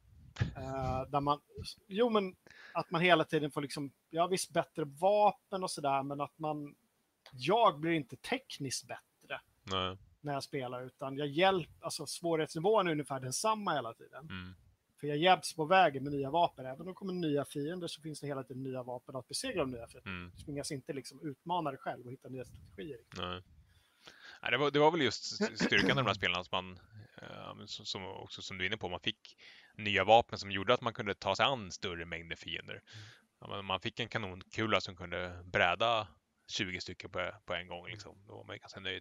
där man, att man hela tiden får liksom, visst bättre vapen och sådär, men att jag blir inte tekniskt bättre när jag spelar, utan alltså svårighetsnivån är ungefär densamma hela tiden. För jag hjälps på vägen med nya vapen. Även om det kommer nya fiender så finns det hela tiden nya vapen att besegra de nya fiender. Du tvingas inte liksom utmana dig själv och hitta nya strategier. Nej, det var väl just styrkan av de här spelarna som man, som du är inne på, man fick nya vapen som gjorde att man kunde ta sig an större mängder fiender. Man fick en kanonkula som kunde bräda 20 stycken på en gång liksom. Då var man ganska nöjd.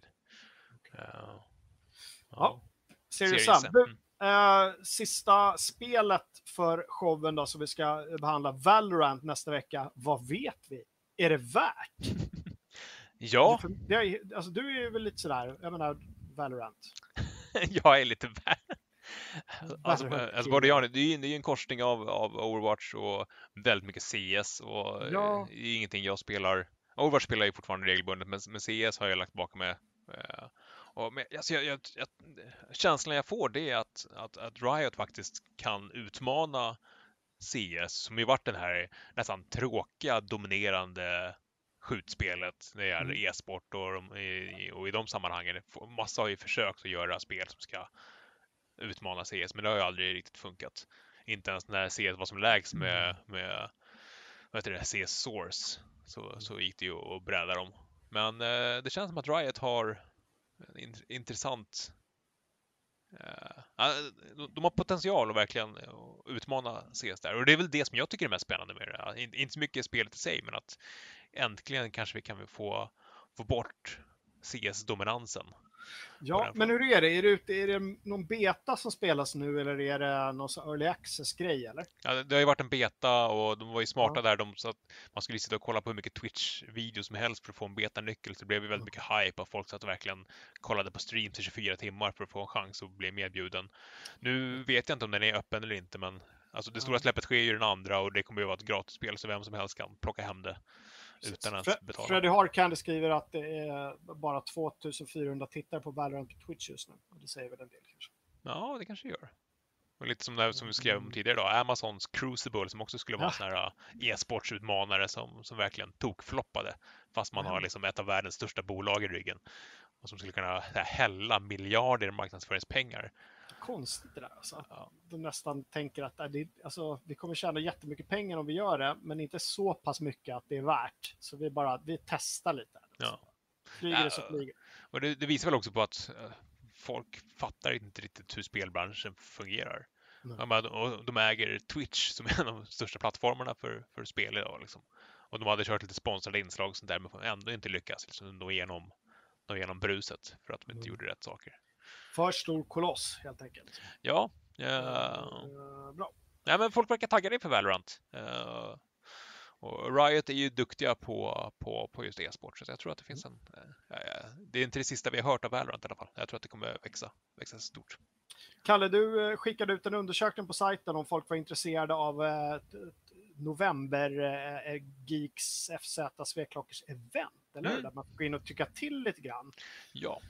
Ja. Serious Sam. Sista spelet för showen då, så vi ska behandla Valorant nästa vecka. Vad vet vi? Är det värt? Ja. Alltså, du är väl lite sådär, jag menar Valorant. Jag är lite värt. Alltså vad det är ju en korsning av Overwatch och väldigt mycket CS och det är ingenting jag spelar. Overwatch spelar ju fortfarande regelbundet, men CS har jag lagt bakom mig. Känslan jag får det är att Riot faktiskt kan utmana CS, som ju varit den här nästan tråkiga, dominerande skjutspelet när det gäller e-sport och i de sammanhangen. Massa har ju försökt att göra spel som ska utmana CS, men det har ju aldrig riktigt funkat. Inte ens när CS var som lägst med vad heter det, CS Source så gick det ju att bräda dem. Men det känns som att Riot har en intressant de har potential att verkligen utmana CS där. Och det är väl det som jag tycker är mest spännande med det. Inte så mycket spelet i sig, men att äntligen kanske vi kan få bort CS-dominansen. Ja, men hur är det? Är det någon beta som spelas nu, eller är det någon early access-grej, eller? Ja, det har ju varit en beta och de var ju smarta där, så att man skulle sitta och kolla på hur mycket Twitch-videos som helst för att få en beta-nyckel. Så det blev ju väldigt mycket hype och folk satt och verkligen kollade på streams i 24 timmar för att få en chans att bli medbjuden. Nu vet jag inte om den är öppen eller inte, men alltså det stora släppet sker ju den andra och det kommer ju vara ett gratisspel, så vem som helst kan plocka hem det utan att betala. Freddy Harkande skriver att det är bara 2400 tittare på Valorant på Twitch just nu. Det säger väl en del kanske. Ja, det kanske gör. Och lite som vi skrev om tidigare då, Amazons Crucible som också skulle vara en sån här e-sportsutmanare som verkligen tokfloppade, fast man har liksom ett av världens största bolag i ryggen och som skulle kunna hälla miljarder i marknadsföringspengar. Konstigt det där alltså. Ja. De nästan tänker att vi kommer tjäna jättemycket pengar om vi gör det, men inte så pass mycket att det är värt. Så vi testar lite. Ja. Flyger det så flyger. Och det visar väl också på att folk fattar inte riktigt hur spelbranschen fungerar. Och de äger Twitch som är en av de största plattformarna för spel idag. Liksom. Och de hade kört lite sponsrade inslag som därmed ändå inte lyckas liksom, nå igenom bruset för att de inte gjorde rätt saker. För stor koloss, helt enkelt. Ja. Bra. Nej, men folk verkar taggade för Valorant. Och Riot är ju duktiga på just e-sport, så jag tror att det finns det är inte det sista vi har hört av Valorant i alla fall. Jag tror att det kommer växa stort. Kalle, du skickade ut en undersökning på sajten om folk var intresserade av november Geeks FZ Sveklockers event, eller hur? Där man får gå in och tycka till lite grann. Ja.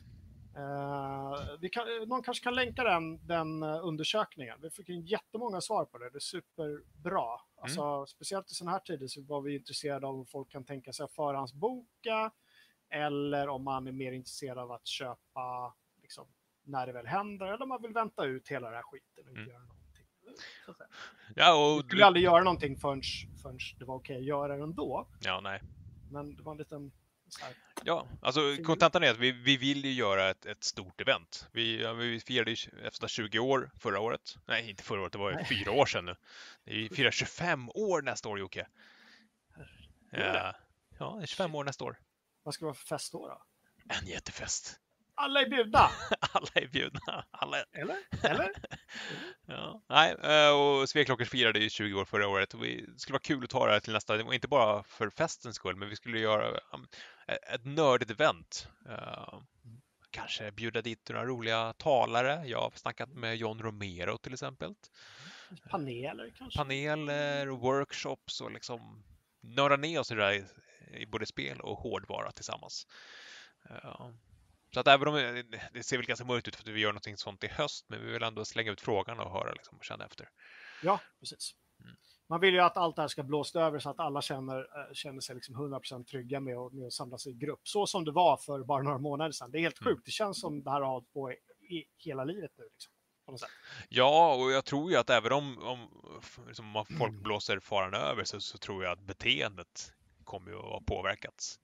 Någon kanske kan länka den undersökningen. Vi fick jättemånga svar på det. Det är superbra. Alltså, speciellt i sådana här tider så var vi intresserade av om folk kan tänka sig att förhandsboka eller om man är mer intresserad av att köpa liksom, när det väl händer, eller om man vill vänta ut hela den här skiten och inte göra någonting. Vi skulle aldrig göra någonting förrän det var okej att göra det ändå. Ja, nej. Men det var en liten... Ja, alltså kontentan är att vi vill ju göra ett stort event. Vi firade efter 20 år förra året. Nej, inte förra året, det var 4 år sedan nu. Vi firar 25 år nästa år, Jocke. Ja, det är 25 år nästa år. Vad ska det vara för fest då? En jättefest. Alla är bjudna! Alla är bjudna. Alla. Eller? Ja. Nej, och Sveklockers firade ju 20 år förra året. Och det skulle vara kul att ta det här till nästa, inte bara för festens skull, men vi skulle göra ett nördigt event. Kanske bjuda dit några roliga talare. Jag har snackat med John Romero till exempel. Paneler kanske? Paneler och workshops och liksom nörda ner oss i både spel och hårdvara tillsammans. Så att även om det ser väl ganska mörkt ut för att vi gör någonting sånt i höst, men vi vill ändå slänga ut frågan och höra liksom, och känna efter. Ja, precis. Man vill ju att allt det här ska blåst över så att alla känner sig liksom 100% trygga med att samlas i grupp. Så som det var för bara några månader sedan. Det är helt sjukt. Det känns som det här har hållit på i hela livet nu. Liksom, på något sätt. Ja, och jag tror ju att även om liksom, folk blåser faran över så tror jag att beteendet kommer ju att ha påverkats.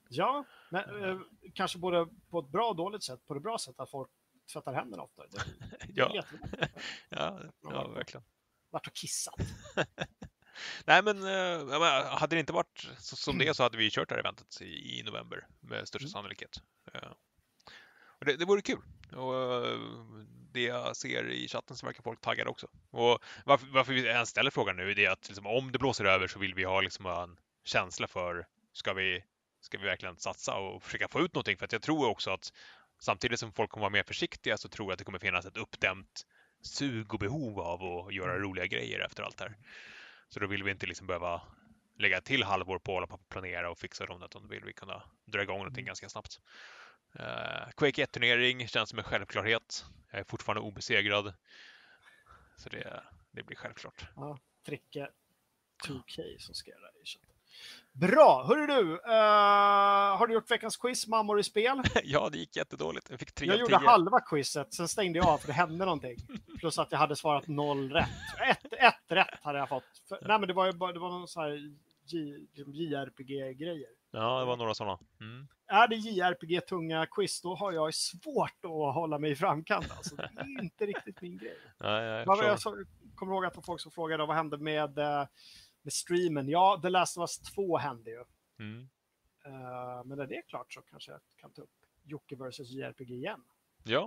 Ja, men kanske både på ett bra och dåligt sätt. På det bra sätt att folk tvättar händerna ofta. Det är Ja. jättebra. Ja, verkligen. Vart och kissat. Nej, men hade det inte varit som det så hade vi kört det här eventet i november med största sannolikhet. Och det vore kul. Och det jag ser i chatten så verkar folk taggade också. Och varför vi ens ställer frågan nu är det att liksom, om det blåser över så vill vi ha liksom en känsla för ska vi verkligen satsa och försöka få ut någonting. För att jag tror också att samtidigt som folk kommer vara mer försiktiga så tror jag att det kommer finnas ett uppdämt sug och behov av att göra roliga grejer efter allt här. Så då vill vi inte liksom behöva lägga till halvår på att planera och fixa dem, utan då vill vi kunna dra igång någonting ganska snabbt. Quake 1-turnering känns som en självklarhet. Jag är fortfarande obesegrad. Så det blir självklart. Ja, Fricke 2K som skrev där i chatten. Bra! Hörru du, har du gjort veckans quiz, mammor i spel? Ja, det gick jättedåligt. Jag fick 3 Jag av gjorde 10. halva quizet, sen stängde jag av för det hände någonting. Plus att jag hade svarat 0 rätt. Ett rätt hade jag fått. Nej, men det var någon sån här JRPG-grejer. Ja, det var några sådana. Mm. Är det JRPG-tunga quiz, då har jag svårt att hålla mig i framkant. Alltså, det är inte riktigt min grej. Nej, Jag kommer ihåg att folk som frågade vad hände med streamen. Ja, The Last of Us 2 hände ju. Mm. Men när det är klart så kanske jag kan ta upp Jocke vs JRPG igen. Ja.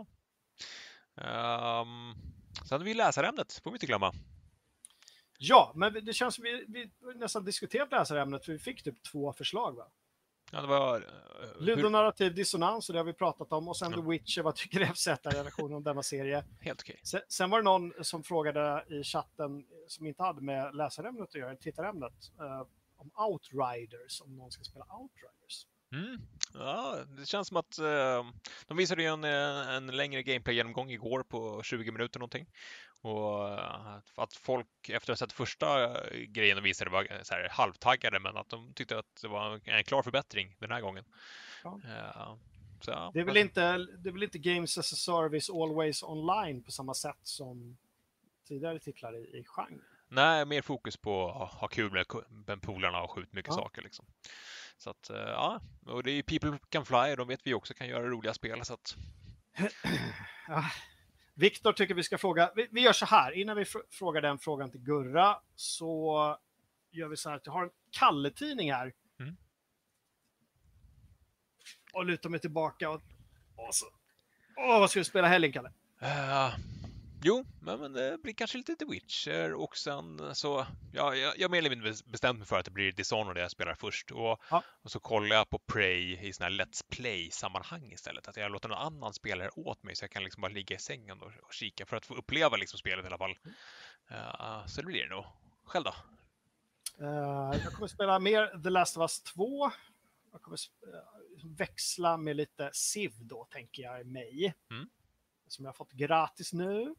Sen hade vi läsarämnet, får vi inte glömma. Ja, men det känns som vi nästan diskuterat läsarämnet, för vi fick typ 2 förslag, va? Ja, det var... Ludonarrativ dissonans, och det har vi pratat om. Och sen The Witcher, vad tycker FZ-redaktionen om denna serie? Helt okej. Sen var det någon som frågade i chatten, som inte hade med läsarämnet att göra, tittarämnet, om Outriders, om någon ska spela Outriders. Mm. Ja, det känns som att de visade ju en längre gameplay-genomgång igår på 20 minuter någonting. Och att folk efter att ha sett första grejen de visade var så här halvtaggade, men att de tyckte att det var en klar förbättring den här gången. Ja. Så, ja. Det är väl inte Games as a Service Always Online på samma sätt som tidigare titlar i genren. Nej, mer fokus på att ha kul med polarna och skjuta mycket saker liksom. Så att, ja, och det är People Can Fly, de vet vi också kan göra roliga spel, så att... Viktor tycker vi ska fråga, vi gör så här, innan vi frågar den frågan till Gurra, så gör vi så här att jag har en Kalle-tidning här. Mm. Och lutar mig tillbaka och så... vad ska du spela helgen, Kalle? Jo, men det blir kanske lite The Witcher, och sen så, ja, jag mer eller mindre bestämt mig för att det blir Dishonored det jag spelar först, och så kollar jag på Prey i såna här Let's Play-sammanhang istället, att jag låter någon annan spelare åt mig så jag kan liksom bara ligga i sängen och kika för att få uppleva liksom spelet i alla fall. Så det blir det nog. Själv då? Jag kommer spela mer The Last of Us 2. Jag kommer växla med lite Civ då, tänker jag, i mig. Mm. Som jag har fått gratis nu.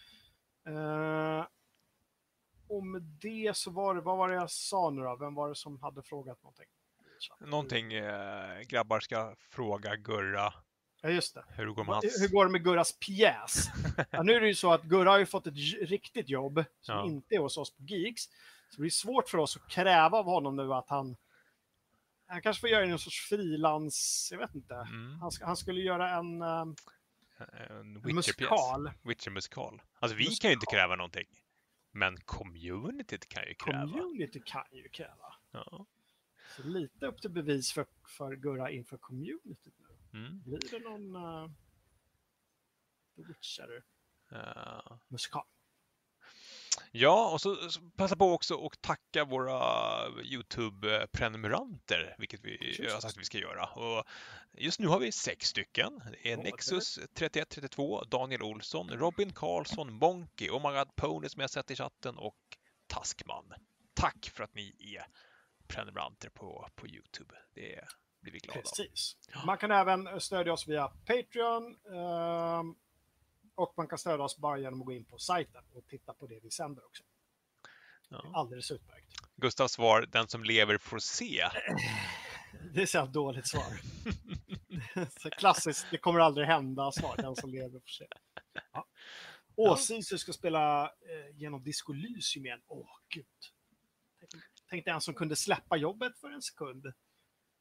Och med det så vad var det jag sa nu då? Vem var det som hade frågat någonting? Någonting grabbar ska fråga Gurra. Ja, just det. Hur går det med hans... Hur går det med Gurras pjäs? Ja, nu är det ju så att Gurra har ju fått ett riktigt jobb som inte är hos oss på Geeks. Så det är svårt för oss att kräva av honom nu att han kanske får göra en sorts frilans, jag vet inte. Han skulle göra en musikal. Witcher-musikal. Alltså vi kan ju inte kräva någonting. Men communityt kan ju kräva. Community kan ju kräva. Ja. Så lite upp till bevis för Gurra inför communityt nu. Blir det någon The Witcher musikal? Ja, och så passa på också att tacka våra YouTube-prenumeranter, vilket vi har sagt att vi ska göra. Och just nu har vi 6 stycken. Det är Nexus 3132, Daniel Olsson, Robin Karlsson, Monkey, Omagad Pony som jag sett i chatten, och Taskman. Tack för att ni är prenumeranter på YouTube. Det blir vi glada av. Precis. Man kan även stödja oss via Patreon. Och man kan stödja oss bara genom att gå in på sajten och titta på det vi sänder också. Ja. Alldeles utmärkt. Gustavs svar, den som lever får se. Det är så ett dåligt svar. Så klassiskt, det kommer aldrig hända svar, den som lever får se. Ja. Sisu ska spela genom Disco Elysium igen. Gud. Tänkte en som kunde släppa jobbet för en sekund.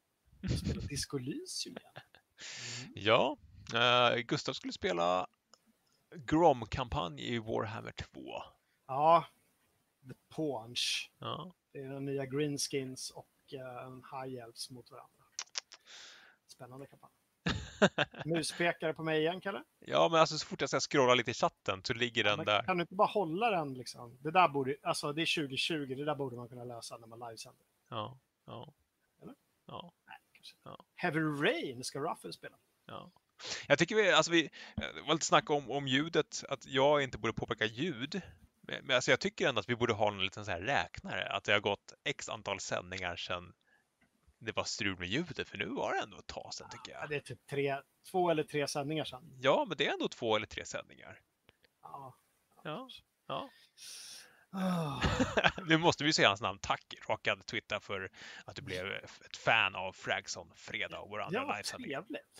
Spela Disco Elysium igen. Ja, Gustav skulle spela Grom-kampanj i Warhammer 2. Ja, The Paunch. Ja. Det är den nya Greenskins och en High Elves mot varandra. Spännande kampanj. Muspekare på mig igen, Kalle? Ja, men alltså så fort jag ska scrolla lite i chatten så ligger den Men där. kan du inte bara hålla den liksom? Det där borde, alltså det är 2020, det där borde man kunna lösa när man livesänder. Ja, ja. Eller? Ja, Nej, kanske. Ja. Heavy Rain ska Ruffin spela. ja. Jag tycker det var lite snack om ljudet, att jag inte borde påpeka ljud. Men alltså jag tycker ändå att vi borde ha en liten så här räknare, att det har gått x antal sändningar sedan det var strul med ljudet, för nu var det ändå ett tag sedan tycker Ja, jag. det är typ 2 eller 3 sändningar sedan. Ja, men det är ändå 2 eller 3 sändningar. Ja. Ja, ja. Ah. Nu måste vi säga hans namn. Tack, Rockad Twitter, för att du blev ett fan av Fragson fredag och vår andra Ja, livesändning. trevligt.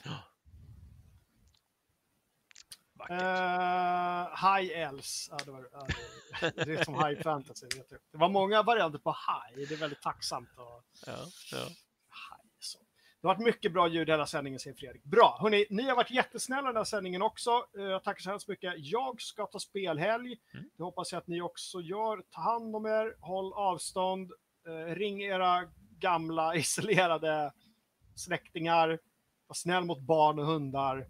Vackert. High Elves. Ja, det är som High Fantasy. Vet du. Det var många varianter på High. Det är väldigt tacksamt. Ja. High, så. Det har varit mycket bra ljud hela sändningen, säger Fredrik. Bra, hörni, ni har varit jättesnälla den här sändningen också. Jag tackar så hemskt mycket. Jag ska ta spelhelg. Det hoppas jag att ni också gör. Ta hand om er, håll avstånd, ring era gamla isolerade släktingar. Var snäll mot barn och hundar.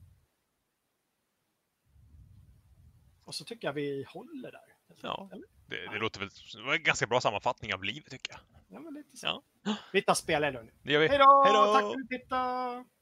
Och så tycker jag vi håller där. Ja. Eller? Det låter väl som en ganska bra sammanfattning av livet tycker jag. Ja, men lite så. Vi tar spelhelg nu. Det gör vi. Hej då! Hej då! Tack för att du tittade!